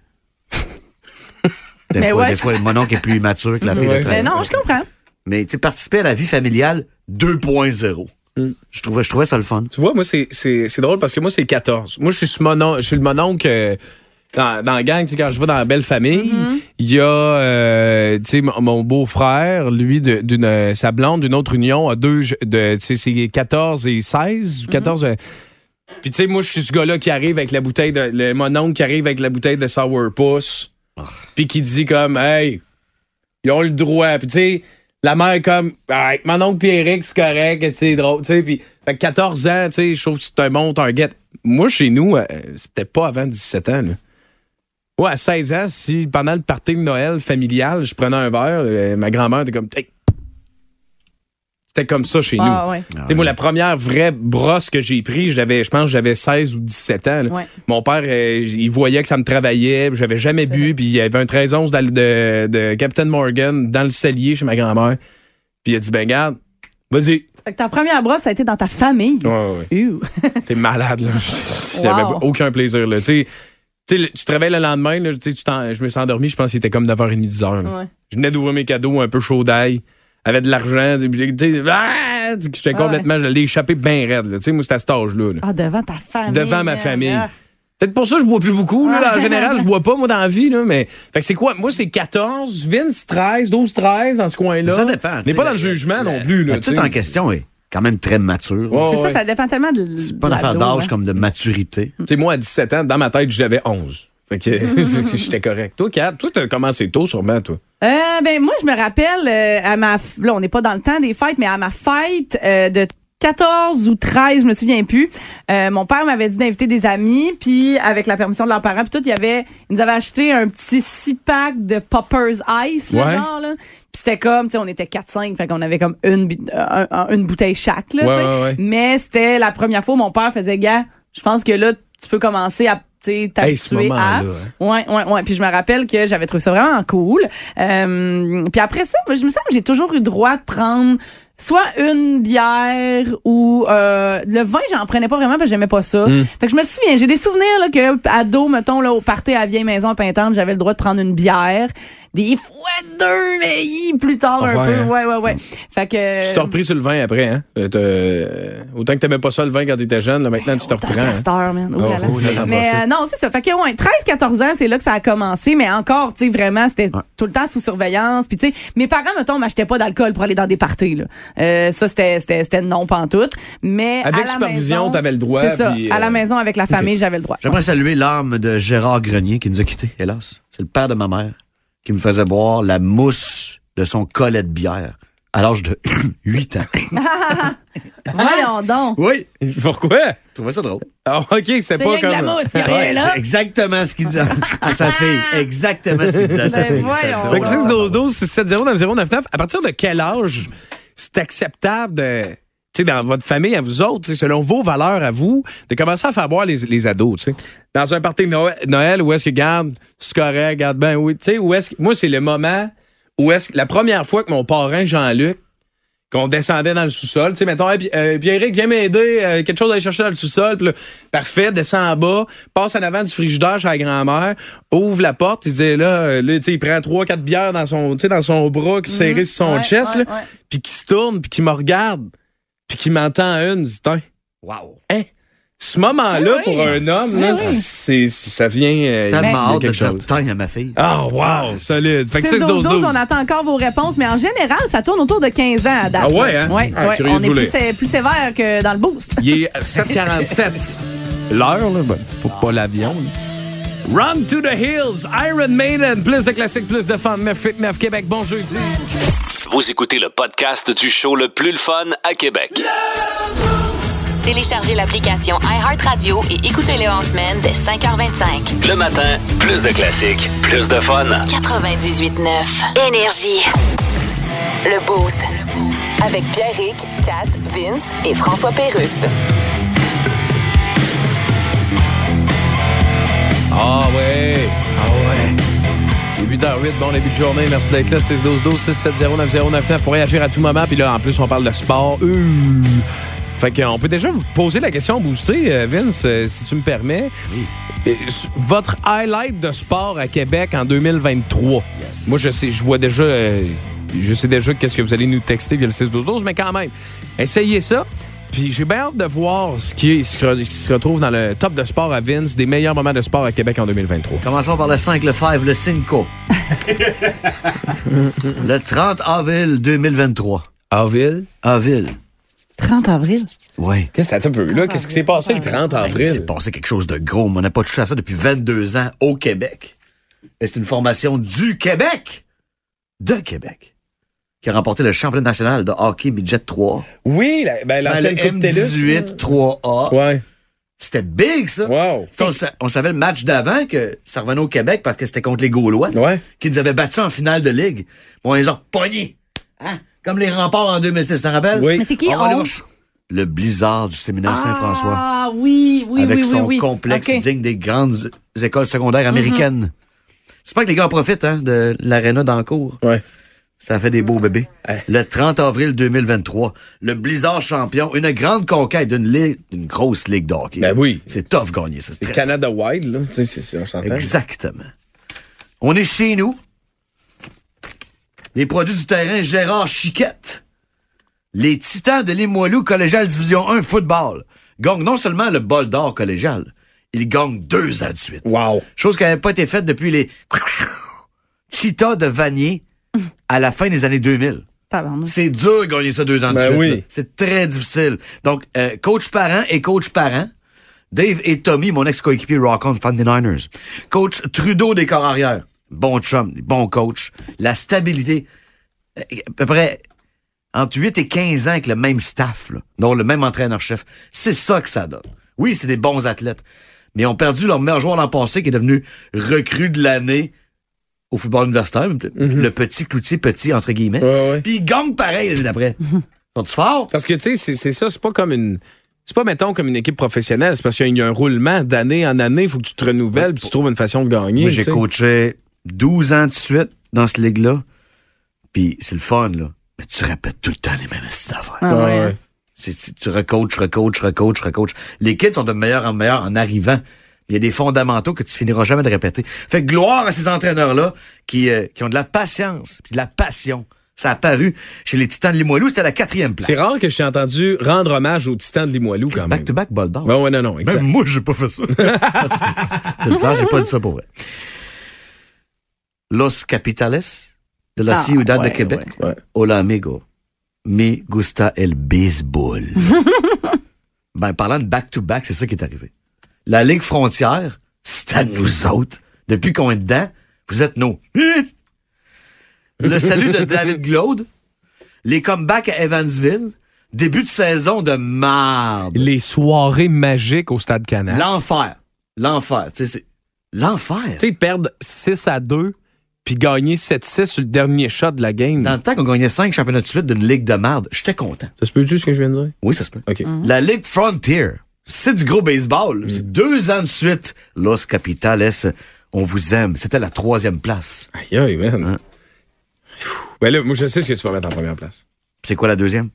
Des, Mais fois, ouais. des fois, le mononcle est plus immature que la fille Ouais. de treize Mais ans. non, je comprends. Mais tu sais, participer à la vie familiale deux point zéro. Mm. Je trouvais, je trouvais ça le fun. Tu vois, moi, c'est, c'est, c'est drôle parce que moi, c'est quatorze. Moi, je suis ce monon, je suis le mononcle euh, dans, dans la gang, tu sais, quand je vais dans la belle famille, il y a, euh, tu sais, mon, mon beau-frère, lui, de- d'une, euh, sa blonde d'une autre union, a deux, je- de, tu sais, c'est quatorze et seize, quatorze. euh, Puis, tu sais, moi, je suis ce gars-là qui arrive avec la bouteille de, le mononcle qui arrive avec la bouteille de Sourpuss, puis qui dit comme, hey, ils ont le droit. Puis, tu sais, la mère est comme, ah, avec mon oncle Pierrick, c'est correct, c'est drôle, tu sais. Puis, fait que quatorze ans, tu sais, je trouve que c'est un bon target. Moi, chez nous, euh, c'est peut-être pas avant dix-sept ans, là. Moi, à seize ans, si pendant le party de Noël familial, je prenais un verre, euh, ma grand-mère était comme, hey. C'était comme ça chez Ah, nous. ouais. Tu sais, moi, la première vraie brosse que j'ai prise, j'avais, je pense que j'avais seize ou dix-sept ans. là. Ouais. Mon père, euh, il voyait que ça me travaillait, puis j'avais jamais bu, puis il y avait un treize once de, de, de Captain Morgan dans le cellier chez ma grand-mère. Puis il a dit, ben garde, vas-y. Fait que ta première brosse, ça a été dans ta famille. Ouais, ouais, ouais. Ouh. T'es malade, là. J'avais Wow. aucun plaisir, là. Tu sais, tu sais, tu te réveilles le lendemain, là, tu sais, tu t'en- je me suis endormi, je pense qu'il était comme neuf heures trente, dix heures. là. Ouais. Je venais d'ouvrir mes cadeaux un peu chaud d'ail, avec de l'argent, tu sais, ah, j'étais complètement, je l'ai échappé bien raide, là. Tu sais, moi, c'était à cet âge-là. là. Ah, devant ta famille. Devant ma man. famille. Ah. Peut-être pour ça que je bois plus beaucoup, là. Ah. En général, je bois pas, moi, dans la vie, là. Mais, fait que c'est quoi? Moi, c'est quatorze, Vince, treize, douze, treize, dans ce coin-là. Ça dépend. Mais tu sais, pas dans la- le jugement la- non plus, là. La petite tu sais. en question est quand même très mature. Ouais, C'est ouais. ça, ça dépend tellement de. C'est pas une affaire d'âge comme de maturité. Tu sais, moi, à dix-sept ans, dans ma tête, j'avais onze. Fait que, fait que j'étais correct. Toi, Kat, toi, t'as commencé tôt, sûrement, toi. Euh, ben moi je me rappelle euh, à ma f- là on n'est pas dans le temps des fêtes mais à ma fête euh, de quatorze ou treize, je me souviens plus. Euh, mon père m'avait dit d'inviter des amis, puis avec la permission de leurs parents, puis tout, il y avait, ils nous avaient acheté un petit six pack de Poppers Ice, là, Ouais. genre là. Puis c'était comme, tu sais, on était quatre cinq, fait qu'on avait comme une bu- un- un- une bouteille chaque, là, Ouais, tu sais. ouais, ouais. Mais c'était la première fois où mon père faisait, gars, je pense que là, tu peux commencer à tu sais, Hey, ce t'habituer à. moment-là, Ouais, ouais, ouais. Puis je me rappelle que j'avais trouvé ça vraiment cool. Euh, puis après ça, moi, je me sens que j'ai toujours eu droit de prendre soit une bière ou euh, le vin, j'en prenais pas vraiment parce que j'aimais pas ça. Mm. Fait que je me souviens, j'ai des souvenirs là, que ado, mettons là au party à la vieille maison à Pintante, j'avais le droit de prendre une bière. Des fois deux, mais hi, plus tard un Ouais, peu. hein. Ouais, ouais, ouais. Fait que Tu t'es repris sur le vin après, hein? Euh, t'as- euh, autant que t'aimais pas ça le vin quand t'étais jeune, là, maintenant tu te Tant reprends. hein. casteur, man. Oh Oh, là là. oh là là, mais profite. euh, non, c'est ça. Fait que ouais, treize quatorze ans, c'est là que ça a commencé, mais encore, tu sais, vraiment, c'était Ouais. tout le temps sous surveillance. Puis tu sais, mes parents, mettons, m'achetaient pas d'alcool pour aller dans des parties, là. Euh, ça, c'était, c'était, c'était non pantoute. Mais Avec à la supervision, maison, t'avais le droit, C'est ça. puis, euh, À la maison, avec la famille, j'avais le droit. J'aimerais saluer l'âme de Gérard Grenier qui nous a quittés, hélas. C'est le père de ma mère qui me faisait boire la mousse de son collet de bière à l'âge de huit ans. Voyons donc. Oui, Pourquoi? je trouvais ça drôle. Ah, OK, c'est C'est pas rien que comme... la mousse, y a Ouais, rien là. c'est exactement ce qu'il disait à sa fille. Exactement ce qu'il disait à sa Ben fille. voyons C'était Fait drôle. que six douze douze six sept zéro neuf zéro neuf neuf, à partir de quel âge c'est acceptable de... Tu sais, dans votre famille, à vous autres, tu sais, selon vos valeurs à vous, de commencer à faire boire les, les ados, tu sais. Dans un party de Noël, Noël où est-ce que, garde, c'est correct, garde, ben oui, tu sais, où est-ce que... Moi, c'est le moment où est-ce que... La première fois que mon parrain, Jean-Luc, qu'on descendait dans le sous-sol, tu sais, mettons, hey, Pi- euh, Pierrick, viens m'aider, euh, quelque chose à aller chercher dans le sous-sol, puis là, parfait, descend en bas, passe en avant du frigidaire chez la grand-mère, ouvre la porte, il dit là, euh, là tu sais, il prend trois, quatre bières dans son, tu sais, dans son bras, qui serré sur son Ouais, chest, ouais, là, ouais. puis qui se tourne, puis qui me regarde, puis qui m'entend à une, dit, Tain, Wow. hein, ce moment-là, Oui, pour oui. un homme, Oui, là, oui. c'est, ça vient, euh, Tellement il y a hâte de quelque dire chose. taille à ma fille. Ah, wow, solide. Fait que six six douze douze douze, douze. on attend encore vos réponses, mais en général, ça tourne autour de quinze ans à date. Ah ouais, hein? Ouais, Ah, ouais. curieux On de est vous plus, lire. sé- plus sévère que dans le boost. Il est sept quarante-sept. L'heure, là, ben, pour pas l'avion. là. Run to the Hills, Iron Maiden, plus de classiques, plus de fun, neuf huit neuf Québec, bon jeudi. Vous écoutez le podcast du show le plus le fun à Québec. Téléchargez l'application iHeartRadio et écoutez-le en semaine dès cinq heures vingt-cinq. Le matin, plus de classiques, plus de fun. quatre-vingt-dix-huit neuf. Énergie. Le Boost. Avec Pierrick, Kat, Vince et François Pérusse. Ah ouais, ah ouais. Il est huit heures huit, bon début de journée, merci d'être là, six douze douze six sept zéro neuf zéro neuf neuf pour réagir à tout moment. Puis là, en plus, on parle de sport. Euh. Fait qu'on peut déjà vous poser la question boostée, euh, Vince, euh, si tu me permets. Euh, Votre highlight de sport à Québec en deux mille vingt-trois. Moi, je sais, je vois déjà, euh, je sais déjà qu'est-ce que vous allez nous texter via le six douze douze, mais quand même, essayez ça. Puis j'ai bien hâte de voir ce qui, ce qui se retrouve dans le top de sport à Vince, des meilleurs moments de sport à Québec en deux mille vingt-trois. Commençons par le cinq, le cinq, le cinco. Le trente avril deux mille vingt-trois. Avril? Avril. trente avril. Oui. Qu'est-ce que ça te peut là? Qu'est-ce qui s'est passé le trente Il avril? s'est passé quelque chose de gros. On n'a pas touché à ça depuis vingt-deux ans au Québec. Et c'est une formation du Québec. De Québec. Qui a remporté le championnat national de hockey midget trois. Oui, la, ben, Dans l'ancienne le Coupe M Télus. dix-huit trois A. Ouais. C'était big, ça. Wow. On, sa- on savait le match d'avant que ça revenait au Québec parce que c'était contre les Gaulois. Ouais. Qui nous avaient battus en finale de ligue. Bon, ils ont repogné. Hein? Comme les remparts en deux mille six, tu t'en rappelles? Oui. Mais c'est qui, On va aller on? voir ch- Le Blizzard du séminaire Saint-François. Ah oui, oui, avec oui, son oui, oui. complexe OK. digne des grandes écoles secondaires américaines. J'espère que les gars en profitent hein, de l'aréna d'Ancourt. Ouais. Ça fait des beaux bébés. Ouais. Le trente avril deux mille vingt-trois, le Blizzard champion, une grande conquête d'une ligue, d'une grosse ligue de hockey. Ben oui. C'est tough gagner ça. c'est C'est très- Canada Wild, là. Tu sais, c'est- c'est- on s'entend. Exactement. On est chez nous. Les produits du terrain Gérard Chiquette. Les Titans de Limoilou collégial division un football gagnent non seulement le bol d'or collégial, ils gagnent deux ans de suite. Wow. Chose qui n'avait pas été faite depuis les Cheetahs de Vanier à la fin des années deux mille. Tabarnak. C'est dur de gagner ça deux ans de Ben suite. oui. là. C'est très difficile. Donc, euh, coach parent et coach parent. Dave et Tommy, mon ex-coéquipier Rock-On, fan des Niners. Coach Trudeau des corps arrière. Bon chum, bon coach. La stabilité. Euh, À peu près entre huit et quinze ans avec le même staff, là, dont le même entraîneur-chef. C'est ça que ça donne. Oui, c'est des bons athlètes, mais ils ont perdu leur meilleur joueur l'an passé, qui est devenu recrue de l'année au football universitaire, mm-hmm. le petit Cloutier, petit, entre guillemets. Ouais, ouais. Puis ils gagnent pareil l'année d'après. Sont-ils forts? Parce que, tu sais, c'est, c'est ça, c'est pas comme une... C'est pas, mettons, comme une équipe professionnelle. C'est parce qu'il y a un roulement d'année en année. Il faut que tu te renouvelles puis tu trouves une façon de gagner. Moi, j'ai t'sais. coaché douze ans de suite dans cette ligue-là. Puis c'est le fun, là. Mais tu répètes tout le temps les mêmes affaires. Ah ouais. ouais. C'est, tu, tu recoaches, recoaches, recoaches, recoaches. Les kids sont de meilleur en meilleur en arrivant. Il y a des fondamentaux que tu finiras jamais de répéter. Fait que gloire à ces entraîneurs-là qui, euh, qui ont de la patience puis de la passion. Ça a apparu chez les Titans de Limoilou, c'était la quatrième place. C'est rare que je t'ai entendu rendre hommage aux Titans de Limoilou, quand même. Back-to-back bol d'or. Ouais, ouais, non, non, exact. Même moi, j'ai pas fait ça. C'est une phrase, j'ai pas dit ça pour vrai. Los Capitales de la Ah, Ciudad ouais, de Québec. ouais. Ouais. Hola, amigo. Me gusta el béisbol. Ben, parlant de back-to-back, c'est ça qui est arrivé. La Ligue Frontière, c'est à nous autres. Depuis qu'on est dedans, vous êtes nos... Le salut de David Glaude, les comebacks à Evansville, début de saison de marde. Les soirées magiques au Stade Canal. L'enfer. L'enfer. Tu sais, c'est... L'enfer. Tu sais, perdre six à deux puis gagner sept six sur le dernier shot de la game. Dans le temps qu'on gagnait cinq championnats de suite d'une ligue de marde, j'étais content. Ça se peut-tu, ce que je viens de dire? Oui, ça se peut. OK. Mm-hmm. La Ligue Frontier, c'est du gros baseball. C'est deux ans de suite. Los Capitales, on vous aime. C'était la troisième place. Aïe, aïe, man. Hein? Ben là, moi, je sais ce que tu vas mettre en première place. C'est quoi la deuxième?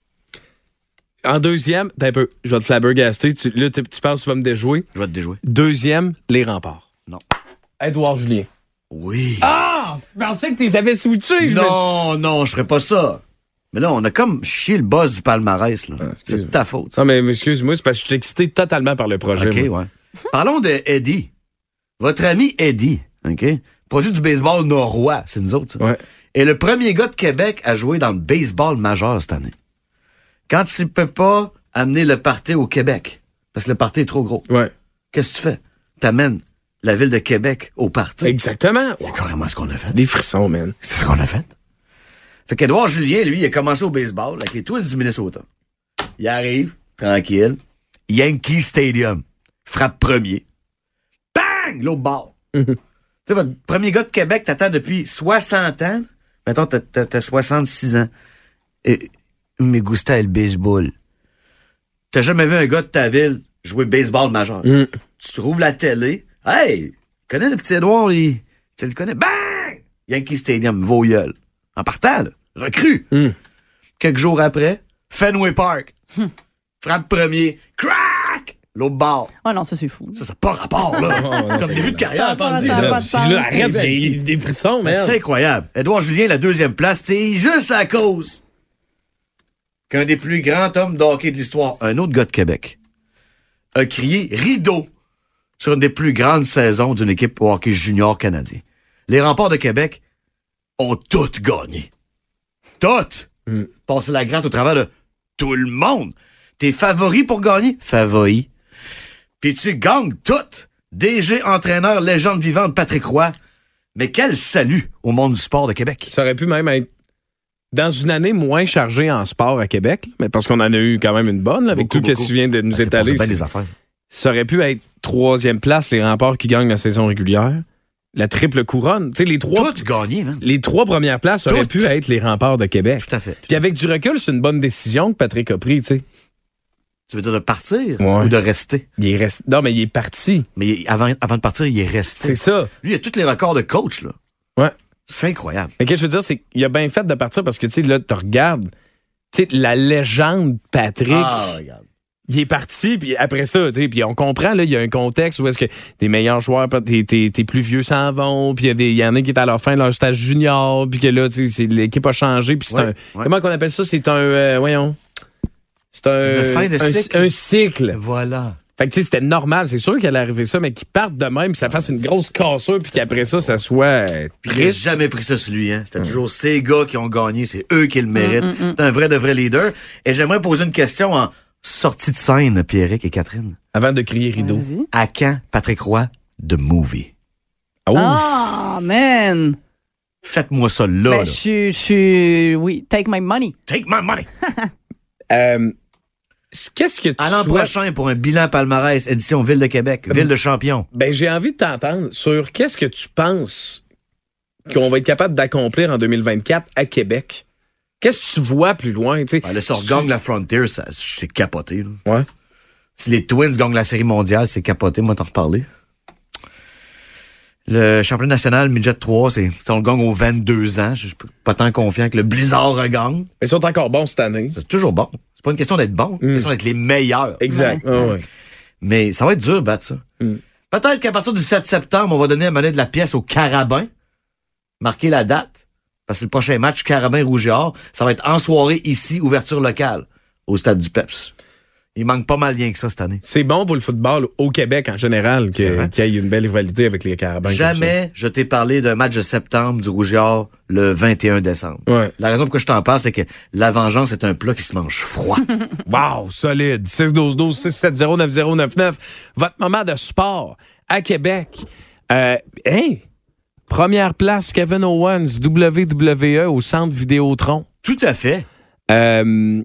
En deuxième, t'as un peu, je vais te flabbergaster. Tu, là, tu penses que tu vas me déjouer. Je vais te déjouer. Deuxième, les remparts. Non. Édouard Julien. Oui. Ah! Je pensais que tu les avais switchés. je Non, non, je ferais pas ça. Mais là, on a comme chié le boss du palmarès, là. Ah, c'est de ta faute. Non, mais excuse-moi, c'est parce que je suis excité totalement par le projet. OK, moi. ouais. Parlons de Eddie. Votre ami Eddie, OK? Produit du baseball norrois, c'est nous autres, ça. Ouais. Et le premier gars de Québec à jouer dans le baseball majeur cette année. Quand tu peux pas amener le party au Québec, parce que le party est trop gros, Ouais. qu'est-ce que tu fais? T'amènes la ville de Québec au party. Exactement. C'est carrément ce qu'on a fait. Des frissons, man. C'est ce qu'on a fait. Fait qu'Édouard Julien, lui, il a commencé au baseball avec les Twins du Minnesota. Il arrive, tranquille, Yankee Stadium, frappe premier. Bang! L'autre bord. Tu sais, votre premier gars de Québec t'attend depuis soixante ans. Mettons, t'as, t'as, t'as soixante-six ans. Et, me gusta el baseball. T'as jamais vu un gars de ta ville jouer baseball majeur. Mm. Tu trouves la télé. Hey! Connais le petit Édouard, il... Tu le connais? Bang! Yankee Stadium, Vauyeul. En partant, là. Recrue. Mm. Quelques jours après, Fenway Park. Frappe premier. Crack! L'autre bord. Ah non, ça, c'est fou. Ça, ça n'a pas rapport, là. Oh, non, Comme c'est début de carrière, Ça a pas- pense-y, ça a là. pas de Puis là, sens. arrête, j'ai des frissons, Mais man. c'est incroyable. Édouard Julien, la deuxième place, c'est juste à cause qu'un des plus grands hommes de hockey de l'histoire, un autre gars de Québec, a crié rideau sur une des plus grandes saisons d'une équipe au hockey junior canadien. Les Remparts de Québec ont toutes gagné. Toutes! Mm. Passer la gratte au travers de tout le monde. T'es favori pour gagner? Favori. Puis tu gagnes toutes. D G, entraîneur, légende vivante, Patrick Roy. Mais quel salut au monde du sport de Québec. Ça aurait pu même être dans une année moins chargée en sport à Québec, là, mais parce qu'on en a eu quand même une bonne, là, avec Beaucoup, tout ce que beaucoup. tu viens de nous Ah, c'est étaler. pour ça, ben c'est- des affaires. Ça aurait pu être troisième place, les Remparts qui gagnent la saison régulière. La triple couronne. Tu sais, les trois, Tout gagné, man. les trois premières places auraient Toutes. pu être les Remparts de Québec. Tout à fait. Puis avec du recul, c'est une bonne décision que Patrick a prise, tu sais. Tu veux dire de partir Ouais. ou de rester? Il est rest... Non, mais il est parti. Mais il- avant, avant de partir, il est resté. C'est ça. Lui, il a tous les records de coach, là. Ouais. C'est incroyable. Mais qu'est-ce que je veux dire, c'est qu'il a bien fait de partir parce que, tu sais, là, tu regardes, tu sais, la légende Patrick, Ah, regarde. il est parti, puis après ça, tu sais, puis on comprend, là, il y a un contexte où est-ce que tes meilleurs joueurs, tes, tes, tes plus vieux s'en vont, puis il y a des- il y en a qui est à leur fin de leur stage junior, puis que là, tu sais, c'est- l'équipe a changé, puis c'est Ouais, un... ouais. Comment qu'on appelle ça? C'est un... euh, voyons... C'est un... Une fin de un, cycle. un cycle. Voilà. Fait que, tu sais, c'était normal. C'est sûr qu'il allait arriver ça, mais qu'il parte de même, puis ça fasse une grosse cassure, puis qu'après ça, ça soit euh, Puis il a triste. jamais pris ça sur lui, hein. C'était toujours ces gars qui ont gagné, c'est eux qui le méritent. C'est un vrai de vrai leader. Et j'aimerais poser une question en sortie de scène, Pierrick et Catherine. Avant de crier rideau. Vas-y. À quand Patrick Roy de Movie? Ah, ouf. Ah, man! Faites-moi ça là. Ben, là. je suis, je suis, oui, take my money. Take my money. Euh, Qu'est-ce que tu À l'an souhaites? prochain pour un bilan palmarès, édition Ville de Québec, Ville de champion. Ben, j'ai envie de t'entendre sur qu'est-ce que tu penses qu'on va être capable d'accomplir en deux mille vingt-quatre à Québec. Qu'est-ce que tu vois plus loin? Tu sais? Ben, là, si on gagne la Frontier, ça, c'est capoté. Là. Ouais. Si les Twins gagnent la Série mondiale, c'est capoté. Moi, t'en reparler. Le championnat national Midget trois, c'est, si on le gagne aux vingt-deux ans, je suis pas tant confiant que le Blizzard regagne. Mais ils sont encore bons cette année. C'est toujours bon. C'est pas une question d'être bon, c'est une question d'être les meilleurs. Exact. Ouais. Ah ouais. Mais ça va être dur de battre ça. Mm. Peut-être qu'à partir du sept septembre, on va donner la monnaie de la pièce au Carabin, marquer la date, parce que le prochain match Carabin-Rouge et Or, ça va être en soirée ici, ouverture locale, au stade du Peps. Il manque pas mal rien que ça cette année. C'est bon pour le football au Québec en général que- qu'il y ait une belle rivalité avec les Carabins. Jamais je t'ai parlé d'un match de septembre du Rouge et Or le vingt et un décembre. Ouais. La raison pour laquelle je t'en parle, c'est que la vengeance est un plat qui se mange froid. Wow, solide. six un deux un six sept zéro neuf zéro neuf neuf. Votre moment de sport à Québec. Euh, hey, première place, Kevin Owens, W W E au Centre Vidéotron. Tout à fait. Euh,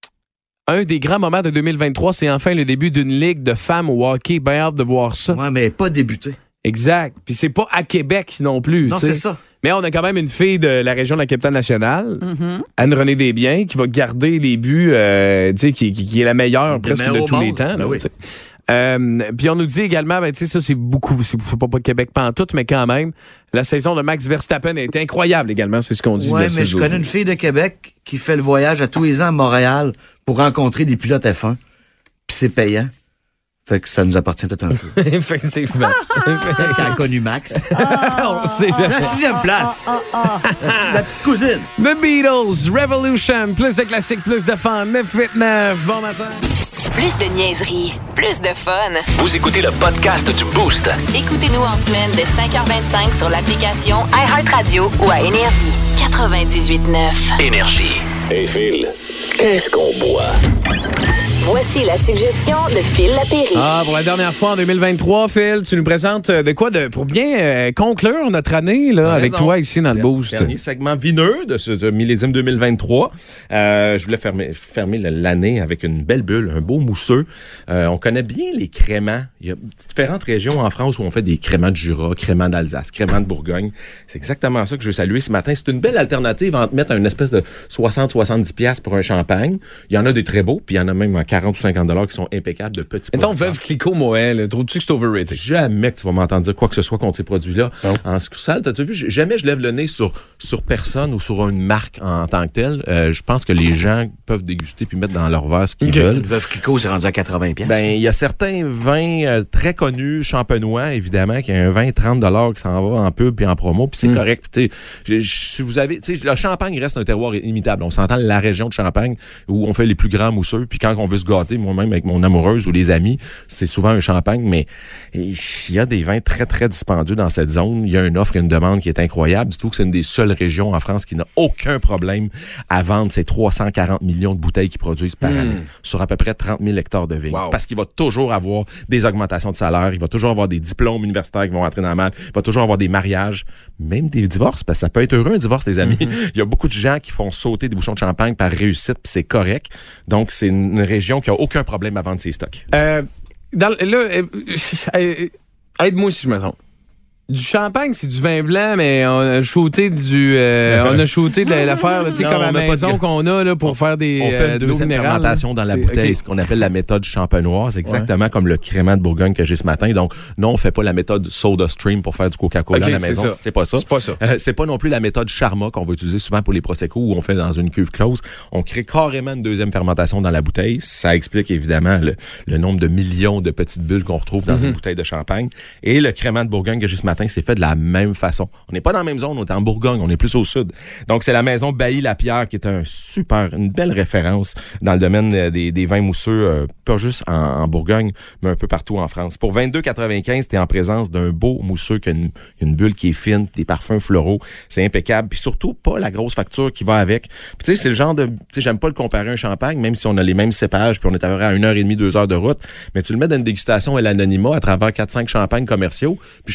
un des grands moments de deux mille vingt-trois, c'est enfin le début d'une ligue de femmes au hockey. Bien hâte de voir ça. Ouais, mais pas débuté. Exact. Puis c'est pas à Québec non plus. Non, tu sais. c'est ça. Mais on a quand même une fille de la région de la capitale nationale, Mm-hmm. Anne-Renée Desbiens, qui va garder les buts, euh, tu sais, qui, qui, qui est la meilleure Des presque meilleurs de au tous les monde. temps. Ben là, oui. tu sais. Euh, puis on nous dit également, ben, tu sais, ça c'est beaucoup, c'est, c'est pas, pas Québec pantoute, mais quand même, la saison de Max Verstappen a été incroyable également, c'est ce qu'on dit. Ouais, via mais ces je autres. connais une fille de Québec qui fait le voyage à tous les ans à Montréal pour rencontrer des pilotes F un. Puis c'est payant. Fait que ça nous appartient peut-être un peu. Effectivement. Quand a connu Max. On sait C'est jamais. la sixième place. La, la petite cousine. The Beatles, Revolution, plus de classiques, plus de fun, neuf huit neuf, bon matin. Plus de niaiserie, plus de fun. Vous écoutez le podcast du Boost. Écoutez-nous en semaine de cinq heures vingt-cinq sur l'application iHeartRadio ou à Énergie. quatre-vingt-dix-huit neuf. Énergie. Hey Phil, qu'est-ce qu'on boit? Voici la suggestion de Phil Lapéry. Ah, pour la dernière fois en deux mille vingt-trois, Phil, tu nous présentes euh, de quoi de pour bien euh, conclure notre année là, T'as avec raison. toi ici dans le Boost. Dernier segment vineux de ce de millésime deux mille vingt-trois. Euh, je voulais fermer, fermer l'année avec une belle bulle, un beau mousseux. Euh, on connaît bien les créments. Il y a différentes régions en France où on fait des créments de Jura, créments d'Alsace, créments de Bourgogne. C'est exactement ça que je veux saluer ce matin. C'est une belle alternative en te mettre une espèce de soixante à soixante-dix piastres pour un champagne. Il y en a des très beaux, puis il y en a même à quarante ou cinquante dollars qui sont impeccables de petits Mettons, producteurs. Veuve Clicquot, Moël, trouves-tu que c'est overrated? Jamais que tu vas m'entendre dire quoi que ce soit contre ces produits-là. Non. En succursale, t'as vu, jamais je lève le nez sur, sur personne ou sur une marque en tant que telle. Euh, je pense que les gens peuvent déguster puis mettre dans leur verre ce qu'ils Ok. veulent. Une veuve Clicquot, c'est rendu à quatre-vingts piastres. Ben, il y a certains vins euh, très connus, champenois, évidemment, qui a un vin trente dollars qui s'en va en pub puis en promo, puis c'est Mm. correct. Puis, tu sais, si vous avez, tu sais, le Champagne reste un terroir inimitable. On s'entend la région de Champagne où on fait les plus grands mousseux, puis quand on veut se gâter, moi-même avec mon amoureuse ou les amis, c'est souvent un Champagne, mais il y a des vins très, très dispendieux dans cette zone. Il y a une offre et une demande qui est incroyable. Surtout que c'est une des seules régions en France qui n'a aucun problème à vendre ces trois cent quarante millions de bouteilles qu'ils produisent par Mm. année sur à peu près trente mille hectares de vignes. Wow. Parce qu'il va toujours avoir des augmentations de salaire, il va toujours avoir des diplômes universitaires qui vont rentrer dans la malle, il va toujours avoir des mariages, même des divorces, parce que ça peut être heureux un divorce, les amis. Mm-hmm. Il y a beaucoup de gens qui font sauter des bouchons de champagne par réussite, puis c'est correct. Donc, c'est une région qui a aucun problème à vendre ses stocks. Euh, dans, là, euh, euh, aide-moi si je me trompe. Du champagne, c'est du vin blanc, mais on a shooté du, euh, on a shooté de la- l'affaire, là, tu sais, Non, comme à on la met pas maison de- qu'on a là pour on, faire des On fait euh, une de l'eau deuxième minérale. fermentation dans la C'est- bouteille, ok. ce qu'on appelle la méthode champenoise, exactement comme le crément de Bourgogne que j'ai ce matin. Donc, non, on fait pas la méthode Soda Stream pour faire du Coca-Cola Ok, à la c'est maison. ça. C'est pas ça. C'est pas ça. Euh, c'est pas non plus la méthode Charma qu'on va utiliser souvent pour les Prosecco où on fait dans une cuve close. On crée carrément une deuxième fermentation dans la bouteille. Ça explique évidemment le, le nombre de millions de petites bulles qu'on retrouve dans Mhm. une bouteille de champagne. Et le crément de Bourgogne que j'ai ce matin, c'est fait de la même façon. On n'est pas dans la même zone, on est en Bourgogne, on est plus au sud. Donc, c'est la maison Bailly-Lapierre qui est un super, une belle référence dans le domaine euh, des, des vins mousseux, euh, pas juste en, en Bourgogne, mais un peu partout en France. Pour vingt-deux quatre-vingt-quinze, t'es en présence d'un beau mousseux qui a une, une bulle qui est fine, des parfums floraux, c'est impeccable. Puis surtout, pas la grosse facture qui va avec. Puis tu sais, c'est le genre de... Tu sais, j'aime pas le comparer à un champagne, même si on a les mêmes cépages, puis on est à peu près à une heure et demie, deux heures de route, mais tu le mets dans une dégustation à l'anonymat à travers quatre cinq champagnes commerciaux, puis je te mettrais un petit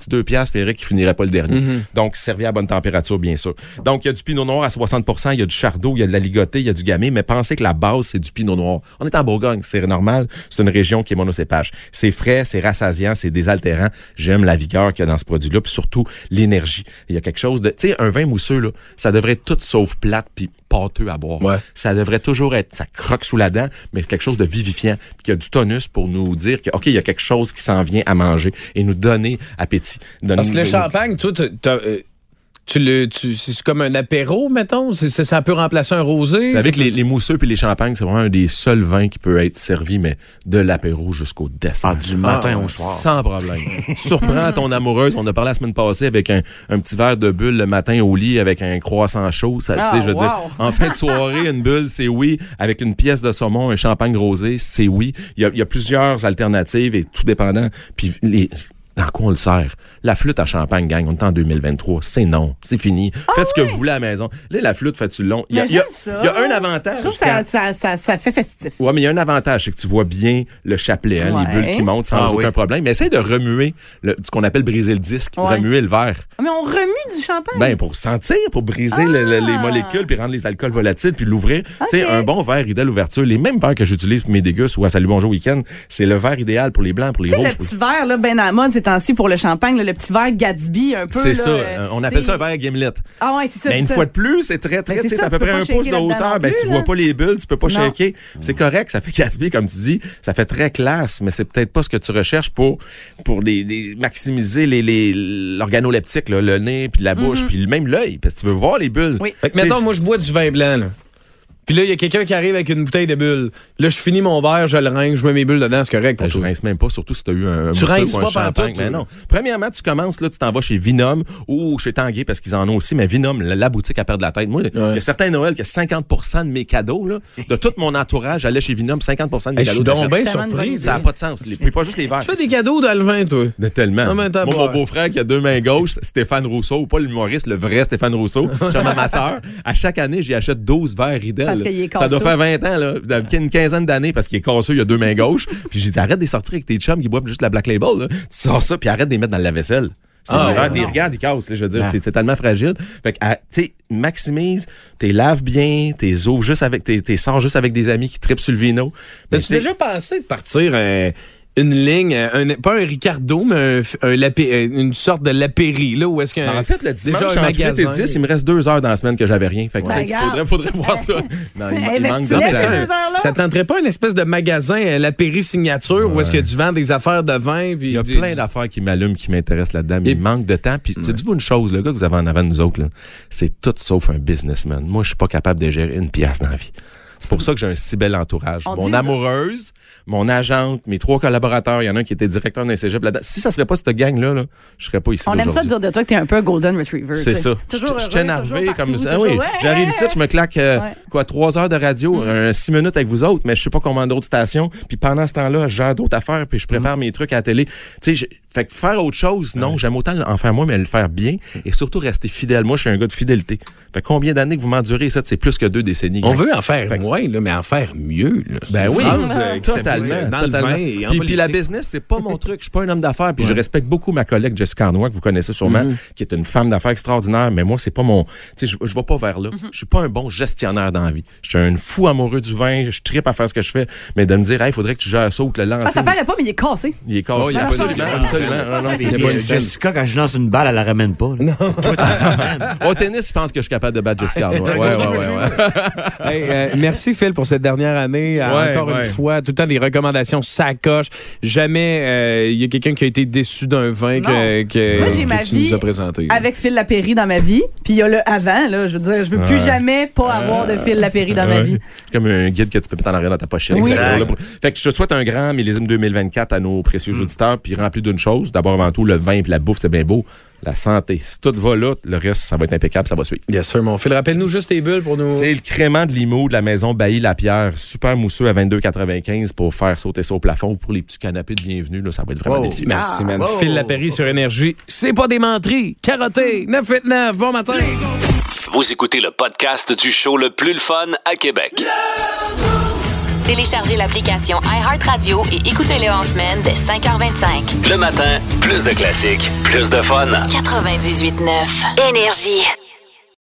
petit deux piastres, puis Eric qui finirait pas le dernier. Mm-hmm. Donc, servi à bonne température, bien sûr. Donc, il y a du pinot noir à soixante pour cent, il y a du chardot, il y a de la ligotée, il y a du gamay, mais pensez que la base, c'est du pinot noir. On est en Bourgogne, c'est normal. C'est une région qui est monocépage. C'est frais, c'est rassasiant, c'est désaltérant. J'aime la vigueur qu'il y a dans ce produit-là, puis surtout l'énergie. Il y a quelque chose de... Tu sais, un vin mousseux, là, ça devrait être tout sauf plate puis pâteux à boire. Ouais. Ça devrait toujours être... Ça croque sous la dent, mais quelque chose de vivifiant, puis qui a du tonus pour nous dire que, OK, il y a quelque chose qui s'en vient à manger et nous donner appétit. Donner Parce que le champagne, toi, t'as... t'as euh... Tu le, tu, c'est comme un apéro, mettons? C'est, c'est, ça peut remplacer un rosé? Vous savez que les, les mousseux puis les champagnes, c'est vraiment un des seuls vins qui peut être servi, mais de l'apéro jusqu'au dessert. Ah, du matin ah, au soir. Sans problème. Surprends ton amoureuse. On a parlé la semaine passée avec un, un petit verre de bulle le matin au lit avec un croissant chaud. Ça, ah, je veux wow. dire, en fin de soirée, une bulle, c'est oui. Avec une pièce de saumon, un champagne rosé, c'est oui. Il y a, il y a plusieurs alternatives et tout dépendant. Puis les... Dans quoi on le sert? La flûte à champagne, gang, on est en deux mille vingt-trois. C'est non. C'est fini. Ah, Faites oui. ce que vous voulez à la maison. Là, la flûte, fais-tu le long? Il y a, il y a, il y a un avantage. Je trouve que ça, ça, ça, ça fait festif. Oui, mais il y a un avantage, c'est que tu vois bien le chapelet, hein, ouais. les bulles qui montent sans ah, aucun oui. problème. Mais essaye de remuer le, ce qu'on appelle briser le disque, ouais. remuer le verre. Mais on remue du champagne? Ben, pour sentir, pour briser ah. le, le, les molécules, puis rendre les alcools volatiles, puis l'ouvrir. Okay. Tu sais, un bon verre idéal ouverture, les mêmes verres que j'utilise pour mes dégustes ou à Salut Bonjour Week-end, c'est le verre idéal pour les blancs, pour les t'sais, rouges. Le petit verre, là, ben à la mode ces temps-ci pour le champagne, là, le petit verre Gatsby, un peu. C'est là, ça. Euh, on appelle ça un verre à gimlet. Ah ouais, c'est ça. Mais une ça. fois de plus, c'est très, très, tu sais, à peu près un pouce de hauteur. Ben, tu vois pas les bulles, tu peux pas shaker. C'est correct, ça fait Gatsby, comme tu dis. Ça fait très classe, mais c'est peut-être pas ce que tu recherches pour, pour des, des maximiser les, les, l'organoleptique, là, le nez, puis la bouche, mm-hmm. puis même l'œil, parce que tu veux voir les bulles. Oui. Fait que, mettons, moi, je bois du vin blanc, là. Puis là, il y a quelqu'un qui arrive avec une bouteille de bulles. Là, je finis mon verre, je le rince, je mets mes bulles dedans, c'est correct. Ben, je rince même pas, surtout si tu as eu un, un tu rinces ou un pas champagne. Mais non. Premièrement, tu commences, là, tu t'en vas chez Vinum ou chez Tanguay parce qu'ils en ont aussi, mais Vinum, la, la boutique à perdre la tête. Moi, il ouais. y a certains Noël que cinquante pour cent de mes cadeaux, là, de tout mon entourage, allait chez Vinum, cinquante pour cent de mes hey, cadeaux. Je suis donc bien surpris. Ça n'a pas de sens. Les, pas juste les verres. Tu fais des cadeaux dans le vin, toi. De tellement. Non, Moi, mon beau-frère qui a deux mains gauches, Stéphane Rousseau, pas l'humoriste, le vrai Stéphane Rousseau, j'ai ma sœur. À chaque année, j'y achète douze verres Riedel. Parce qu'il est ça doit faire vingt ans, là, une quinzaine d'années, parce qu'il est casseux, il a deux mains gauches. Puis j'ai dit, arrête de les sortir avec tes chums qui boivent juste la Black Label. Là. Tu sors ça, puis arrête de les mettre dans le lave-vaisselle. C'est ah, ouais, des regardes, ils cassent. Je veux dire, ah. c'est, c'est tellement fragile. Fait que, tu sais, maximise, t'es laves bien, t'es ouvres juste avec, t'es, t'es sors juste avec des amis qui trippent sur le vino. T'as-tu déjà pensé de partir euh, une ligne, un, pas un Ricardo, mais un, un lapé, une sorte de Lapéry, là, où est-ce qu'un... En fait, le dimanche, entre huit et dix, il me reste deux heures dans la semaine que j'avais rien. Fait que ouais. peut-être faudrait, faudrait voir ça. Non, il, il manque de temps. Ça tenterait pas une espèce de magasin, un Lapéry signature, ouais. où est-ce que tu vends des affaires de vin? Puis il y a du, plein d'affaires qui m'allument, qui m'intéressent là-dedans, mais et... il manque de temps. Puis, ouais. dites-vous une chose, le gars que vous avez en avant de nous autres, là, c'est tout sauf un businessman. Moi, je suis pas capable de gérer une pièce dans la vie. C'est pour ça que j'ai un si bel entourage. On mon amoureuse, mon agente, mes trois collaborateurs, il y en a un qui était directeur d'un cégep là-dedans. Si ça serait pas cette gang-là, là, je serais pas ici. On aime ça dire de toi que t'es un peu un golden retriever. C'est t'sais. Ça. Toujours je suis énervé comme ça. Ah oui. ouais. J'arrive ici, je me claque euh, ouais. quoi, trois heures de radio, mm. euh, six minutes avec vous autres, mais je sais pas combien d'autres stations. Puis pendant ce temps-là, j'ai d'autres affaires, puis je prépare mm. mes trucs à la télé. Tu sais, fait que faire autre chose, non, ouais. j'aime autant en faire moi, mais le faire bien et surtout rester fidèle. Moi, je suis un gars de fidélité. Fait combien d'années que vous m'endurez ça? C'est plus que deux décennies. On veut en faire fait moins, là, mais en faire mieux. Là. Ben oui, phrase, euh, totalement. Dans totalement. Le vin et en puis, puis la business, c'est pas mon truc. Je suis pas un homme d'affaires. Puis ouais. je respecte beaucoup ma collègue Jessica Arnois, que vous connaissez sûrement, mm-hmm. qui est une femme d'affaires extraordinaire. Mais moi, c'est pas mon... Tu sais, je, je vais pas vers là. Mm-hmm. Je suis pas un bon gestionnaire dans la vie. Je suis un fou amoureux du vin. Je trippe à faire ce que je fais. Mais de me dire, il hey, faudrait que tu gères ça ou que le lancer. Ah, ça paraît pas, mais il est cassé. Il est cassé. Oh, il absolument. absolument. Non, non, c'est pas une Jessica, quand je lance une balle, elle la ramène pas. Là. Non. Au tennis, je pense que je suis capable de battre Jessica Arnois. Ouais, ouais, ouais, ouais. Hey, euh, merci Phil pour cette dernière année. Ouais, encore ouais. une fois, tout le temps des recommandations sacoche. Jamais il euh, y a quelqu'un qui a été déçu d'un vin que, que, Moi, j'ai que ma tu vie nous as présenté. Avec Phil Lapéry dans ma vie. Puis il y a le avant, là, je veux dire, je veux plus ouais. jamais pas avoir de Phil Lapéry dans ouais. ma vie. Comme un guide que tu peux mettre en arrière dans ta pochette. Oui. Fait que je te souhaite un grand millésime deux mille vingt-quatre à nos précieux mm. auditeurs, puis rempli d'une chose. D'abord, avant tout, le vin et la bouffe, c'est bien beau. La santé. Si tout va là, le reste, ça va être impeccable, ça va suivre. Yes, sir, mon Phil. Rappelle-nous juste tes bulles pour nous. C'est le crément de Limoux de la maison Bailly-Lapierre. Super mousseux à vingt-deux quatre-vingt-quinze pour faire sauter ça au plafond. Pour les petits canapés de bienvenue, là, ça va être vraiment wow. délicieux. Merci, man. Oh. Phil Lapéry sur Énergie. C'est pas des menteries. Carotté. neuf huit neuf. Bon matin. Vous écoutez le podcast du show le plus le fun à Québec. Téléchargez l'application iHeartRadio et écoutez-le en semaine dès cinq heures vingt-cinq. Le matin, plus de classiques, plus de fun. quatre-vingt-dix-huit neuf. Énergie.